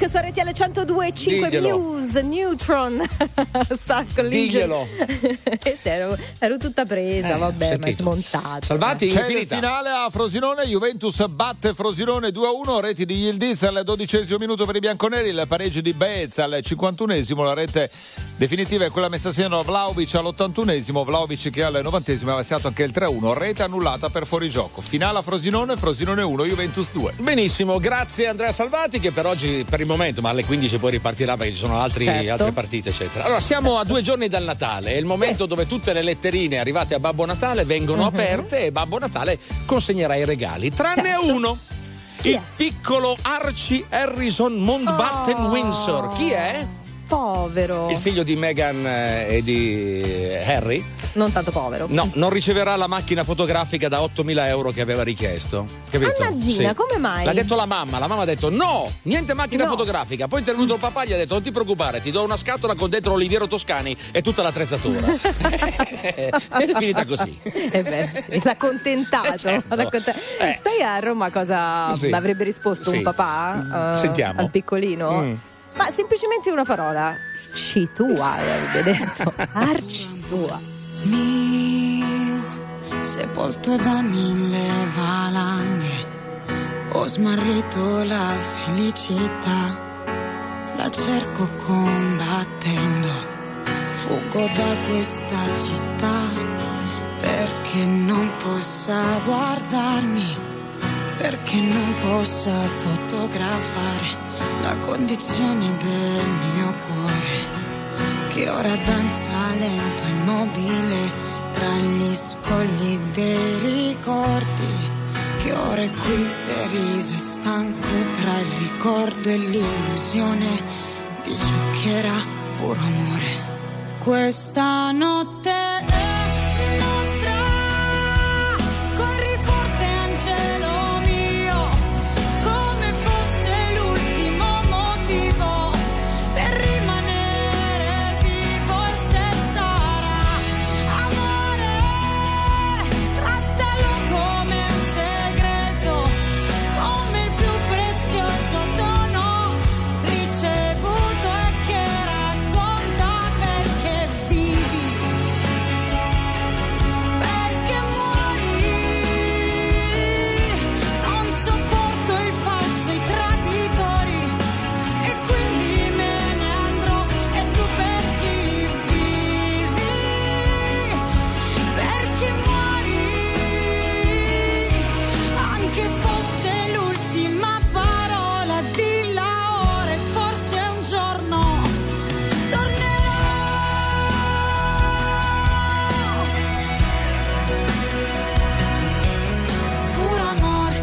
su RTL 102.5 Diglielo. News Neutron. Star Diglielo. ero tutta presa, vabbè, ma è smontata. Salvati, c'è finita. il finale a Frosinone, Juventus batte Frosinone 2-1, reti di Yildiz al 12° minuto per i bianconeri, il pareggio di Baez al 51esimo, la rete definitiva è quella messa a segno da Vlahovic all'81esimo, Vlahovic che al 90esimo aveva segnato anche il 3-1, rete annullata per fuorigioco. Finale a Frosinone 1, Juventus 2. Benissimo, grazie Andrea Salvati, che per oggi, per il momento, ma alle 15 poi ripartirà perché ci sono altre partite, eccetera. Allora, siamo a 2 giorni dal Natale, è il momento dove tutte le letterine arrivate a Babbo Natale vengono aperte e Babbo Natale consegnerà i regali, tranne uno. Il piccolo Archie Harrison Mountbatten Windsor. Chi è? Povero. Il figlio di Meghan e di Harry. Non tanto povero. No, non riceverà la macchina fotografica da 8.000 euro che aveva richiesto. Capito? Annaggina, come mai? L'ha detto la mamma ha detto no, niente macchina fotografica. Poi è intervenuto il papà e gli ha detto non ti preoccupare, ti do una scatola con dentro Oliviero Toscani e tutta l'attrezzatura. È finita così. Sì, l'ha contentato. Sai a Roma cosa avrebbe risposto un papà Sentiamo. al piccolino? Ma semplicemente una parola. Arcitua, avrebbe detto. Arcitua. Mio, sepolto da 1000 valanghe, ho smarrito la felicità, la cerco combattendo, fuggo da questa città, perché non possa guardarmi, perché non possa fotografare la condizione del mio cuore, che ora danza lento e immobile tra gli scogli dei ricordi, che ora è qui deriso e stanco tra il ricordo e l'illusione di ciò che era puro amore. Questa notte è nostra, corri forte angelo mio, come fosse l'ultimo motivo per rimanere vivo, e se sarà amore, trattalo come un segreto, come il più prezioso dono ricevuto e che racconta perché vivi, perché muori. Non sopporto il falso, i traditori, e quindi me ne andrò, e tu per chi vivi, perché muori, anche fosse l'ultima parola, dilla ora e forse un giorno tornerò. Puro amore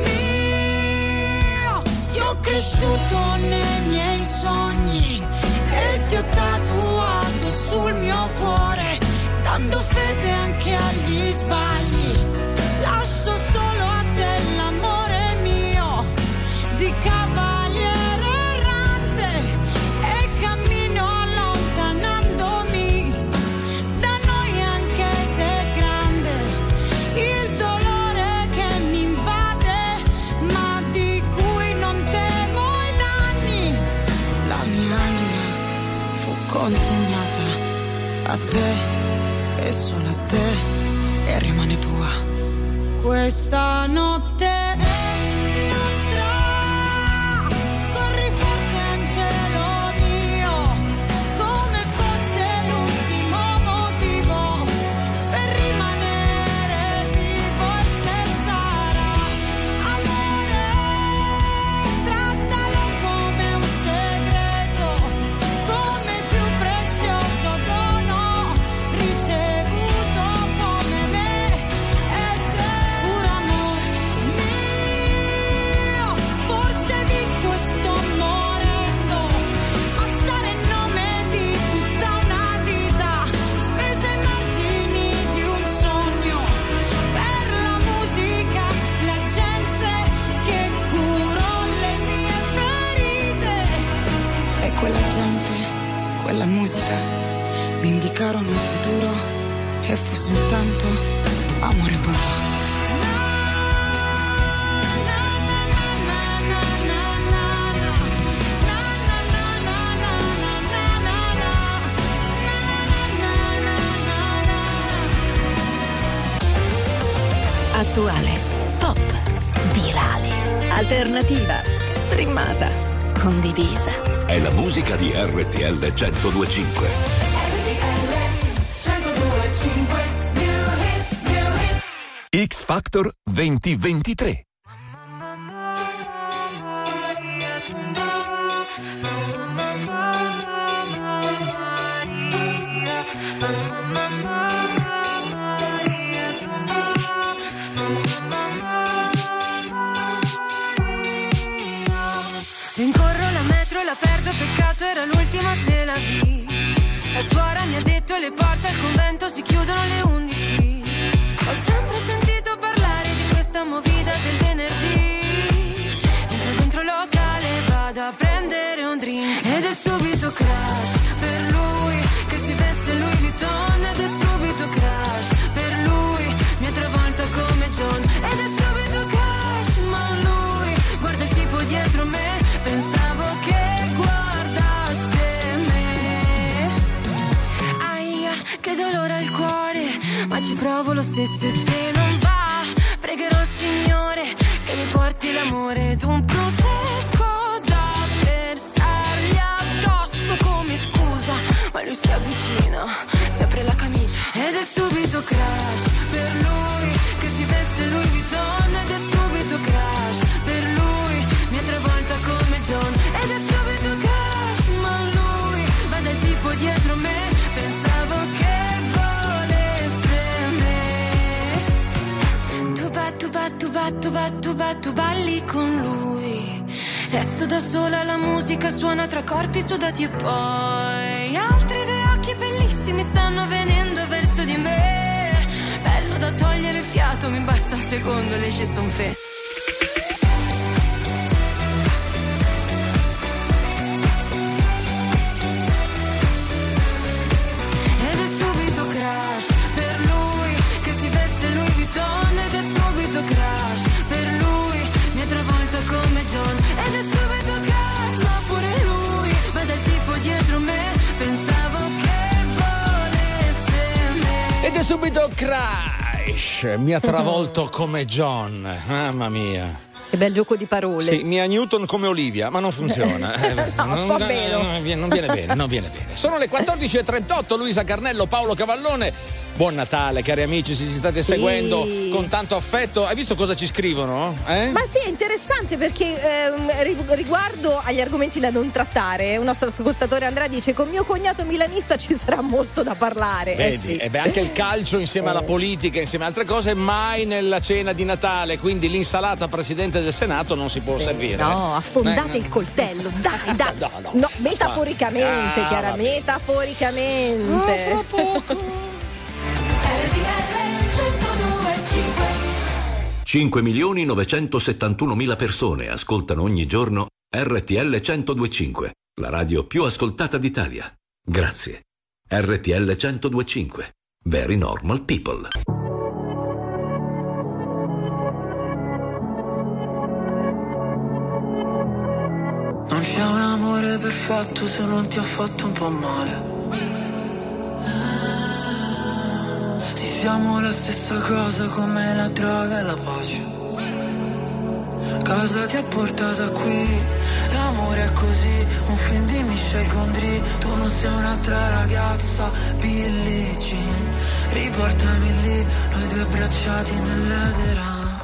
mio, ti ho cresciuto nei miei sogni e ti ho tatuato sul mio cuore, dando fede anche agli sbagli. Lascio solo a te l'amore mio di cavaliere errante e cammino allontanandomi da noi, anche se è grande il dolore che mi invade, ma di cui non temo i danni. La mia anima fu consegnata a te e solo a te, e rimane tua. Questa notte è nostra, corri forte angelo mio, come fosse l'ultimo motivo per rimanere vivo, e se sarà amore, trattalo come un segreto, come il più prezioso dono ricevuto, come me e te. Puro amore mio, forse vitto e sto morendo, passare il nome di tutta una vita, spese ai margini di un sogno, per la musica, la gente che curò le mie ferite. E quella gente, quella musica, mi indicarono il futuro, e fu soltanto amore puro. alternativa, streamata, condivisa. È la musica di RTL 102.5. X Factor 2023. Rincorro la metro e la perdo, peccato era l'ultima se la vi. La suora mi ha detto le porte al convento si chiudono alle 11. Ho sempre sentito parlare di questa movida del venerdì. Entro dentro il locale, vado a prendere un drink ed è subito crash per lui che si veste Louis Vuitton. Ed è subito crash per lui, mi ha travolta come John. Ed è subito crash, ma lui guarda il tipo dietro me. Pensavo che guardasse me. Aia, che dolore al cuore, ma ci provo lo stesso e se non va pregherò il Signore che mi porti l'amore ed un prosecco da versargli addosso come scusa. Ma lui si avvicina, si apre la camicia ed è subito crash per lui che si veste Louis Vuitton. Ed è subito crash per lui, mi ha travolta come John. Ed è subito crash, ma lui va dal tipo dietro me. Pensavo che tu balli con lui. Resto da sola, la musica suona tra corpi sudati e poi altri due occhi bellissimi stanno venendo verso di me. Bello da togliere il fiato, mi basta un secondo, le ci son fe. Ed è subito crash per lui che si veste Louis Vuitton. Ed è subito crash per lui, mi ha travolta come John. Ed è subito crash, ma pure lui va dal tipo dietro me. Pensavo che volesse me. Ed è subito crash, mi ha travolto come John. Mamma mia. Che bel gioco di parole. Sì, mia Newton come Olivia, ma non funziona. No, va bene. Non viene bene, non viene bene. Sono le 14.38, Luisa Carnello, Paolo Cavallone. Buon Natale, cari amici, se ci state seguendo con tanto affetto. Hai visto cosa ci scrivono? Ma sì, è interessante perché riguardo agli argomenti da non trattare, un nostro ascoltatore Andrea dice: con mio cognato milanista ci sarà molto da parlare. Vedi, sì. Anche il calcio insieme alla politica, insieme a altre cose, mai nella cena di Natale, quindi l'insalata Presidente del Senato non si può servire. No, affondate il coltello, dai. No, metaforicamente, chiaramente, metaforicamente. Fra poco. 5.971.000 persone ascoltano ogni giorno RTL 102.5, la radio più ascoltata d'Italia. Grazie. RTL 102.5. Very normal people. Non c'è un amore perfetto se non ti ha fatto un po' male. Siamo la stessa cosa come la droga e la pace. Cosa ti ha portato qui? L'amore è così, un film di Michel Gondry. Tu non sei un'altra ragazza, Billie Jean. Riportami lì, noi due abbracciati nell'edera.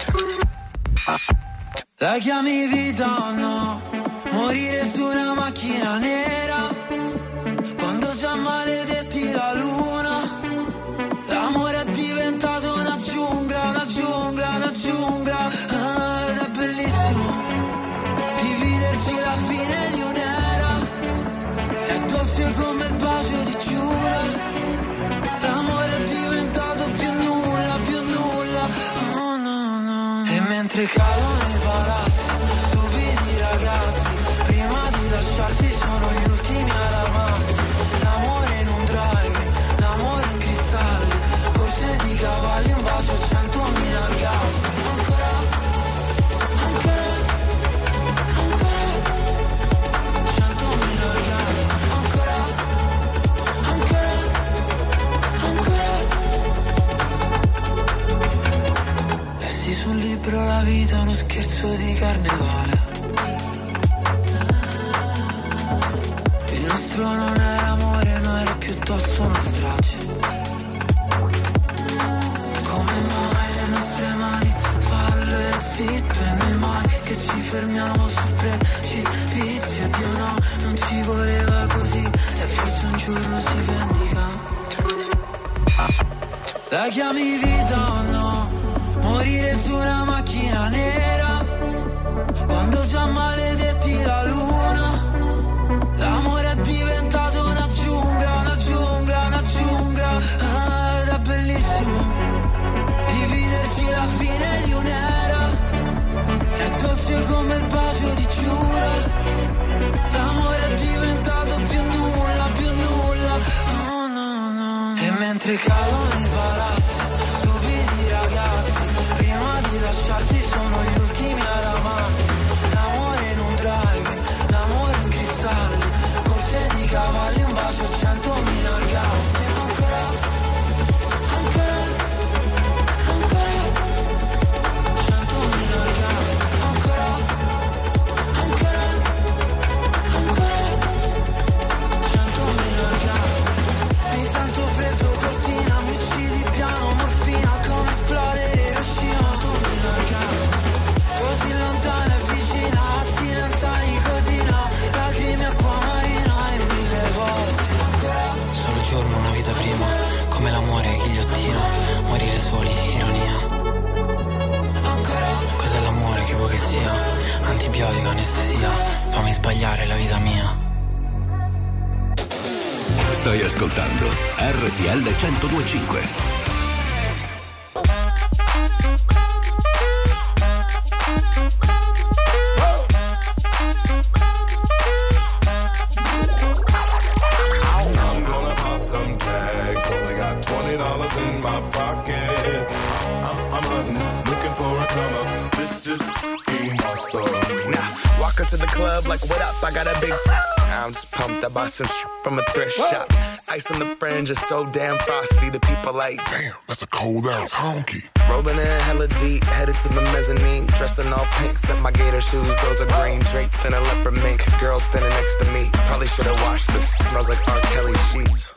La chiami vita o no? Morire su una macchina nera quando già maledetti la luna. L'amore è diventato una giungla, una giungla, una giungla. Ed è bellissimo dividerci la fine di un'era. È dolce come il bacio di Giura. L'amore è diventato più nulla, più nulla. Oh no, no. E mentre cadono i palazzi, stupidi ragazzi, prima di lasciarsi sono gli ultimi ad amarsi. L'amore in un drive, l'amore in cristalli, corse di cavalli, un bacio, 100.000 orgasmi. Ancora, ancora, ancora, 100.000 orgasmi. Ancora, ancora, ancora. Lessi sul libro la vita precipizio. Dio no, non ci voleva così, e forse un giorno si vendica. La chiami vita o no? Morire su una macchina nera, quando già maledetti la luna. L'amore è diventato una giungla, una giungla, una giungla. Ah, ed è bellissimo dividerci la fine di un'era. È dolce come il bacio di Giura. L'amore è diventato più nulla, più nulla. Oh no, no. E mentre cadono i palazzi, stupidi ragazzi, prima di lasciarsi sono gli ultimi ad amarsi. L'amore in un drive, l'amore in cristalli, corse di cavalli, un bacio, 100.000 orgasmi. Ancora, ancora, ancora, 100.000 orgasmi. Ancora, ancora, ancora, 100.000 orgasmi. Mi sento freddo, cortina, mi uccidi piano, morfina, come esplodere Hiroshima. 100.000 orgasmi. Così lontana e vicina, astinenza, nicotina, lacrime, acqua marina e 1000 volte. Ancora, solo giorno, una vita prima, come l'amore, ghigliottina, morire soli, ironia. Ancora, cos'è l'amore, che vuoi che sia? Antibiotico, anestesia, fammi sbagliare la vita mia. Stai ascoltando RTL 102.5. I'm gonna pop some tags. Only got $20 in my pocket. I'm hunting, looking for a come up. This is awesome. Now, walk into the club like, what up? I got a big. I'm just pumped. I bought some from a thrift shop. Ice on the fringe is so damn frosty. The people like, damn, that's a cold ass honky. Rolling in hella deep, headed to the mezzanine. Dressed in all pink, set my gator shoes. Those are green, draped in a leopard mink. Girl standing next to me. Probably should have washed this. Smells like R. Kelly sheets.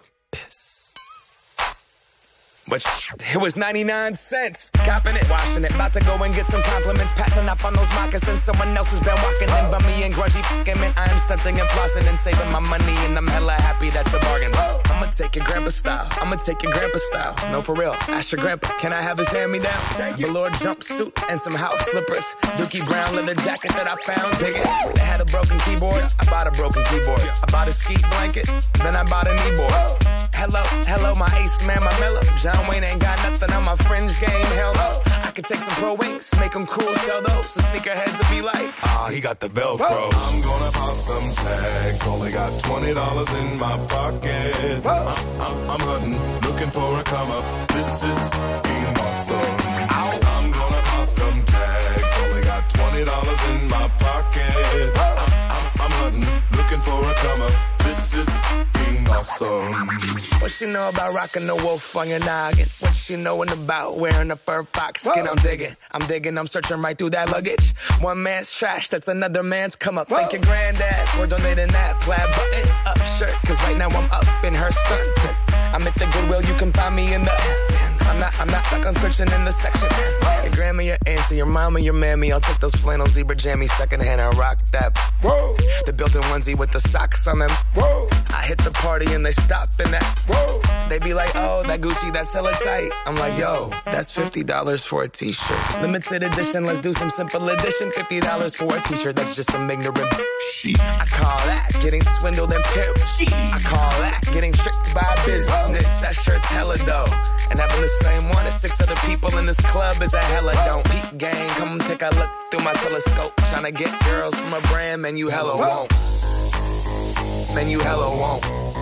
But it was 99 cents. Copping it, washing it. About to go and get some compliments. Passing up on those moccasins. Someone else has been walking in by me and grudgy fucking man. I am stunting and flossing and saving my money. And I'm hella happy that's a bargain. I'ma take your grandpa style. I'ma take your grandpa style. No, for real. Ask your grandpa. Can I have his hand-me-down? Velour jumpsuit and some house slippers. Dookie brown leather jacket that I found. Dig it. They had a broken keyboard. I bought a broken keyboard. I bought a ski blanket. Then I bought a kneeboard. Hello, hello, my ace man, my mellow. John Wayne ain't got nothing on my fringe game. Hell no. I could take some pro wings, make them cool, sell those. The sneakerheads will be like, ah, he got the Velcro. I'm gonna pop some tags. Only got $20 in my pocket. I'm hunting, looking for a come up. This is awesome. I'm gonna pop some tags. Only got $20 in my pocket. I'm hunting, looking for a come up. This is awesome. What she know about rocking the wolf on your noggin? What she knowin' about wearing a fur fox skin? I'm digging, I'm searching right through that luggage. One man's trash, that's another man's come up. Thank your granddad for donating that plaid button up shirt. Cause right now I'm up in her stunt. I'm at the Goodwill, you can find me in the. I'm not stuck on searching in the section. Your grandma, your auntie, your mama, your mammy. I'll take those flannel zebra jammies secondhand and rock that. Whoa. The built-in onesie with the socks on them. Whoa. I hit the party and they stop in that. Whoa. They be like, oh, that Gucci, that's hella tight. I'm like, yo, that's $50 for a t-shirt. Limited edition, let's do some simple edition. $50 for a t-shirt, that's just some ignorant. I call that getting swindled and pimped. I call that getting tricked by business. That shirt's hella dope. And having the same one as 6 other people in this club is a hella don't. Peep gang, come take a look through my telescope. Tryna get girls from a brand, man, you hella won't. Man, you hella won't.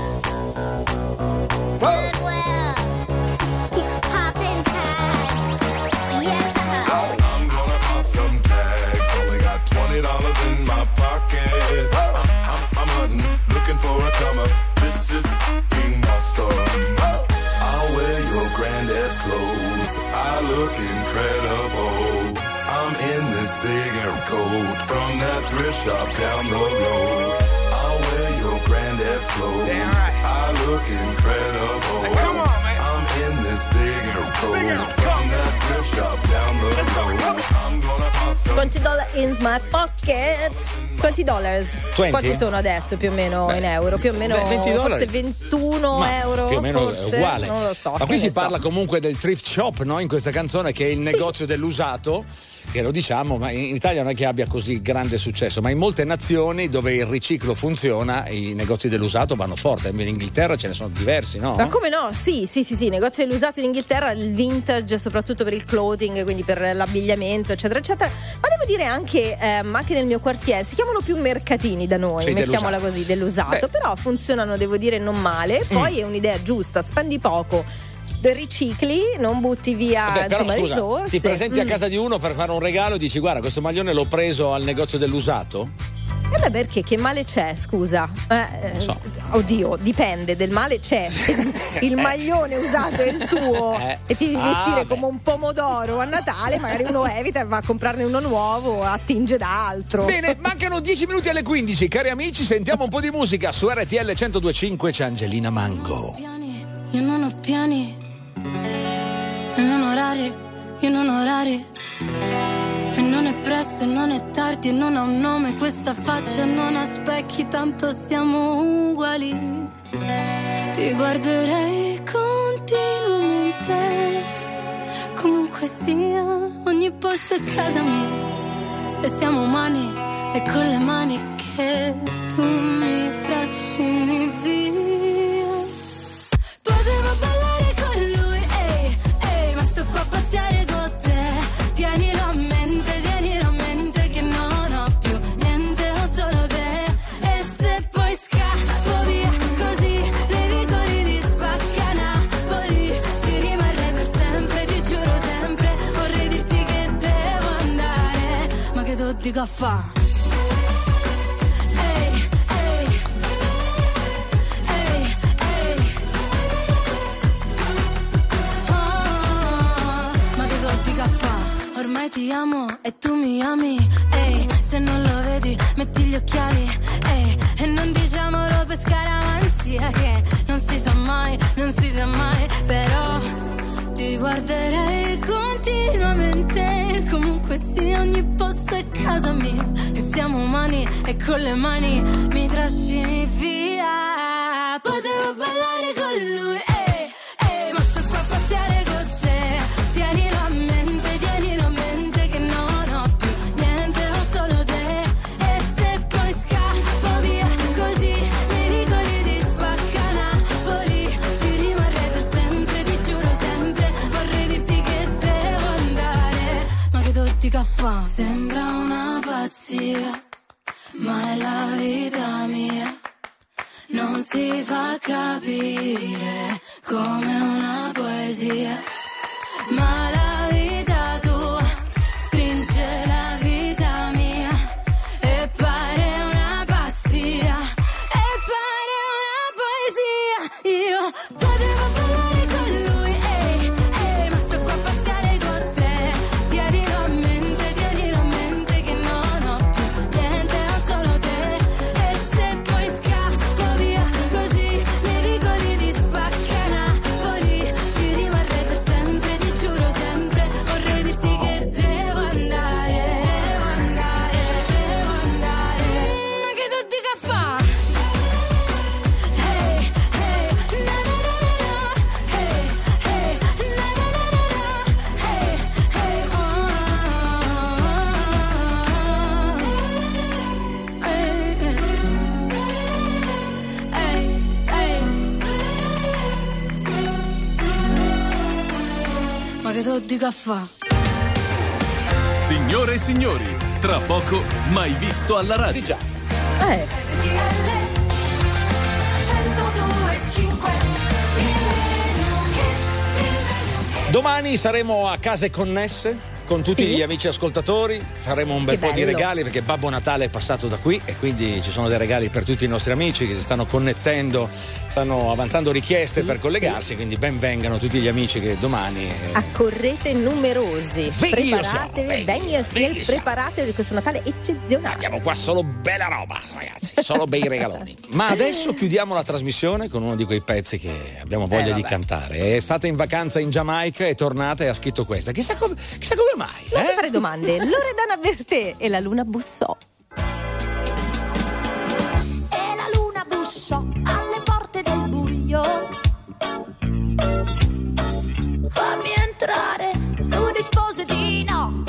Goodwill, poppin' tags, yeah. I'm gonna pop some tags. Only got $20 in my pocket. I'm hunting, looking for a come up. This is awesome. I'll wear your granddad's clothes. I look incredible. I'm in this big air coat from that thrift shop down the road. I'll wear your granddad's clothes. I look incredible. Hey, come on, man. I'm in it's big and cold. From that thrift shop down the road, I'm gonna pop some. $20 in my pocket. $20. 20? Quanti sono adesso più o meno in euro? Più o meno $20? forse 21 Ma euro. più o meno forse? è uguale. Non lo so. Ma che qui si ne so. parla comunque del thrift shop, no? In questa canzone, che è il negozio dell'usato, che lo diciamo, ma in Italia non è che abbia così grande successo, ma in molte nazioni dove il riciclo funziona i negozi dell'usato vanno forte. In Inghilterra ce ne sono diversi, no? Ma come no? Sì, negozi dell'usato in Inghilterra, il vintage soprattutto per il clothing, quindi per l'abbigliamento, eccetera, eccetera. Ma devo dire anche nel mio quartiere si chiamano più mercatini da noi, Sì, mettiamola dell'usato. così, dell'usato, però funzionano, devo dire, non male. Poi è un'idea giusta, spendi poco, ricicli, non butti via Vabbè, però insomma, scusa, risorse. ti presenti a casa di uno per fare un regalo e dici: guarda, questo maglione l'ho preso al negozio dell'usato? E beh, perché? Che male c'è, scusa? So. Oddio, dipende, del male c'è. Il maglione usato è il tuo e ti devi vestire come un pomodoro a Natale, magari uno evita e va a comprarne uno nuovo, attinge da altro. Bene, mancano 10 minuti alle 15, cari amici, sentiamo un po' di musica. Su RTL 102.5 c'è Angelina Mango. Io non ho piani, e non orari, io non orari. E non è presto e non è tardi e non ha un nome questa faccia, non ha specchi, tanto siamo uguali. Ti guarderei continuamente, comunque sia, ogni posto è casa mia. E siamo umani e con le mani che tu mi trascini via. Potevo ballare con lui, ehi, ehi, ma sto qua a pazziare con te. Tienilo a mente che non ho più niente, ho solo te. E se poi scappo via così, nei vicoli di Spacca Napoli, ci rimarrei per sempre, ti giuro sempre. Vorrei dirti che devo andare, ma che tu dico a fa'? Ormai ti amo e tu mi ami, ehi, se non lo vedi metti gli occhiali, ehi, e non diciamolo per scaramanzia che non si sa mai, però ti guarderei continuamente, comunque sia, ogni posto è casa mia, e siamo umani e con le mani mi trascini via. Potevo ballare con lui, ehi, ehi, ma sto qua a pazziare con te. Tienilo a mente che non ho più niente, ho solo te. E se poi scappo via così, nei vicoli di Spacca Napoli, ci rimarrei per sempre, ti giuro sempre. Vorrei dirti che devo andare, ma che tu dica fa'? Sembra una pazzia, ma è la vita mia. Non si fa capire come una poesia, ma la vita tua stringe la vita mia e pare una pazzia, e pare una poesia. Io potevo ballare con lui, ehi, ehi, ma sto qua a pazziare con te. Tienilo a mente che non ho più niente, ho solo te. E se poi scappo via così, nei vicoli di Spacca Napoli, ci rimarrei per sempre, ti giuro sempre. Vorrei dirti che devo andare, ma che tu dica fa'? Hey, hey, na na na na, hey, hey, na na na na, hey, hey, oh, hey, hey, ma che tu dica fa'? Signore e signori, tra poco mai visto alla radio. Sì, già. Domani saremo a Case Connesse con tutti Sì. gli amici ascoltatori. Faremo un bel Che po' di bello. regali perché Babbo Natale è passato da qui e quindi ci sono dei regali per tutti i nostri amici che si stanno connettendo, stanno avanzando richieste per collegarsi, quindi ben vengano tutti gli amici che domani Accorrete numerosi, preparatevi, vegli preparatevi di questo Natale eccezionale. abbiamo qua solo bella roba, ragazzi, solo bei regaloni. Ma adesso chiudiamo la trasmissione con uno di quei pezzi che abbiamo voglia di vabbè. cantare. È stata in vacanza in Giamaica, è tornata e ha scritto questa. Chissà come mai. Non ti fare domande. Loredana Bertè e la luna bussò. E la luna bussò alle porte del buio. Fammi entrare, lui rispose di no.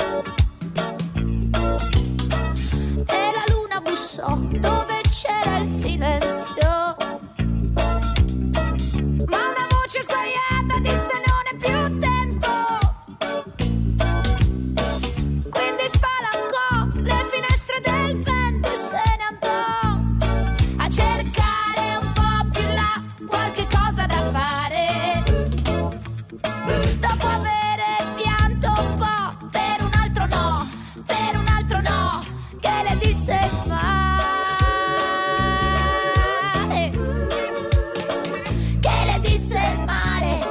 E la luna bussò dove c'era il silenzio. Ma una voce sguaiata disse non è più tempo. Quindi spalancò le finestre del vento e se ne andò a cercare un po' più là qualche cosa da fare. Dopo avere pianto un po' per un altro no, che le disse il mare, che le disse il mare.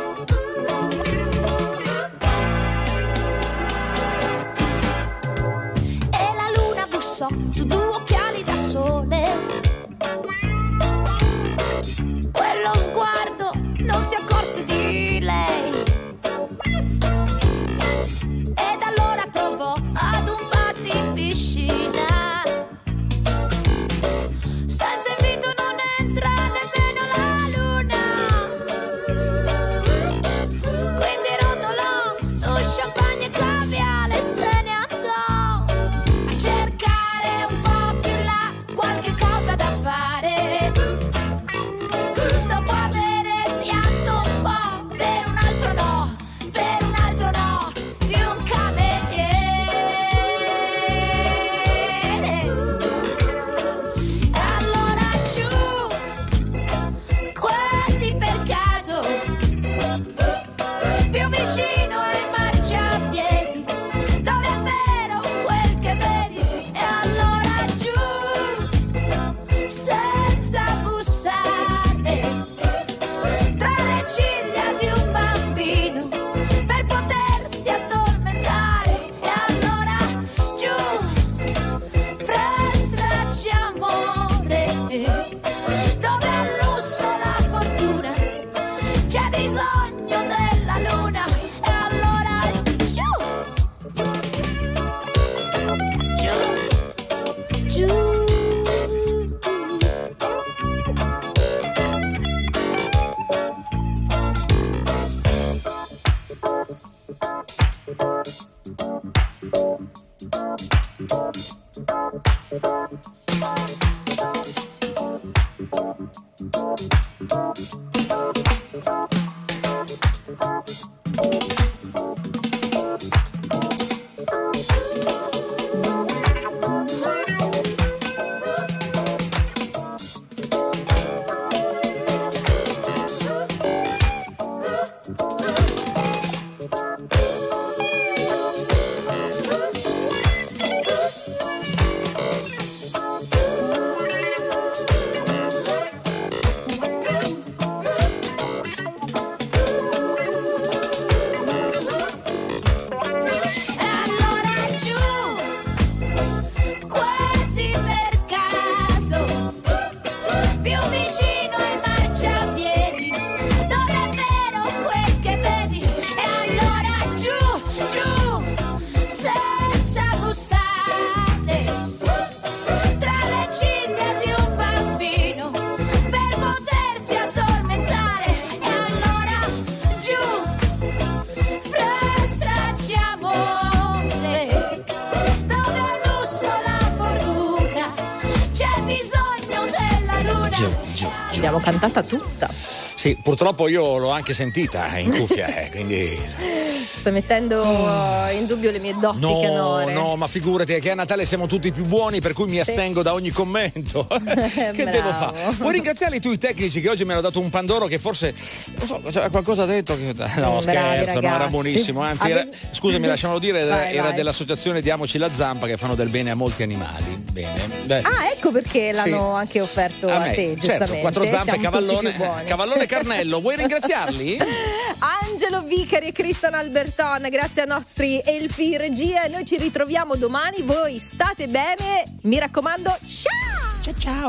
E la luna bussò su due occhiali da sole. Quello sguardo non si accorse di lei. Ed allora provò ad un party in piscina. Senza invito non entra nemmeno la luna. Quindi rotolò su champagne e caviale e se ne andò a cercare un po' più là qualche cosa da fare. Dopo avere pianto un po' per un altro no, di un cameriere. Allora giù, quasi per caso, più vicino ai marciapiedi, dove è vero quel che vedi. E allora giù, senza bussare, tra le ciglia di un bambino, per potersi addormentare. E allora giù, fra stracci amore, dove al lusso la fortuna c'è bisogno della luna. E allora giù. L'abbiamo cantata tutta. Sì, purtroppo io l'ho anche sentita in cuffia, quindi... Sto mettendo in dubbio le mie doti canore. No, ma figurati che a Natale siamo tutti più buoni, per cui mi astengo da ogni commento. Che devo fare? Vuoi ringraziare tu i tecnici che oggi mi hanno dato un Pandoro che forse, non so, c'era qualcosa detto che... No, scherzo, no, era buonissimo. Anzi, scusami, lasciamolo dire, era dell'associazione Diamoci la Zampa, che fanno del bene a molti animali. Bene. Beh. Ah, ecco perché l'hanno anche offerto a te, giustamente. Certo, 4 zampe, Cavallone Carnello. Vuoi ringraziarli? Angelo Vicari e Cristian Alberton, grazie ai nostri elfi in regia. Noi ci ritroviamo domani, voi state bene, mi raccomando, ciao! Ciao!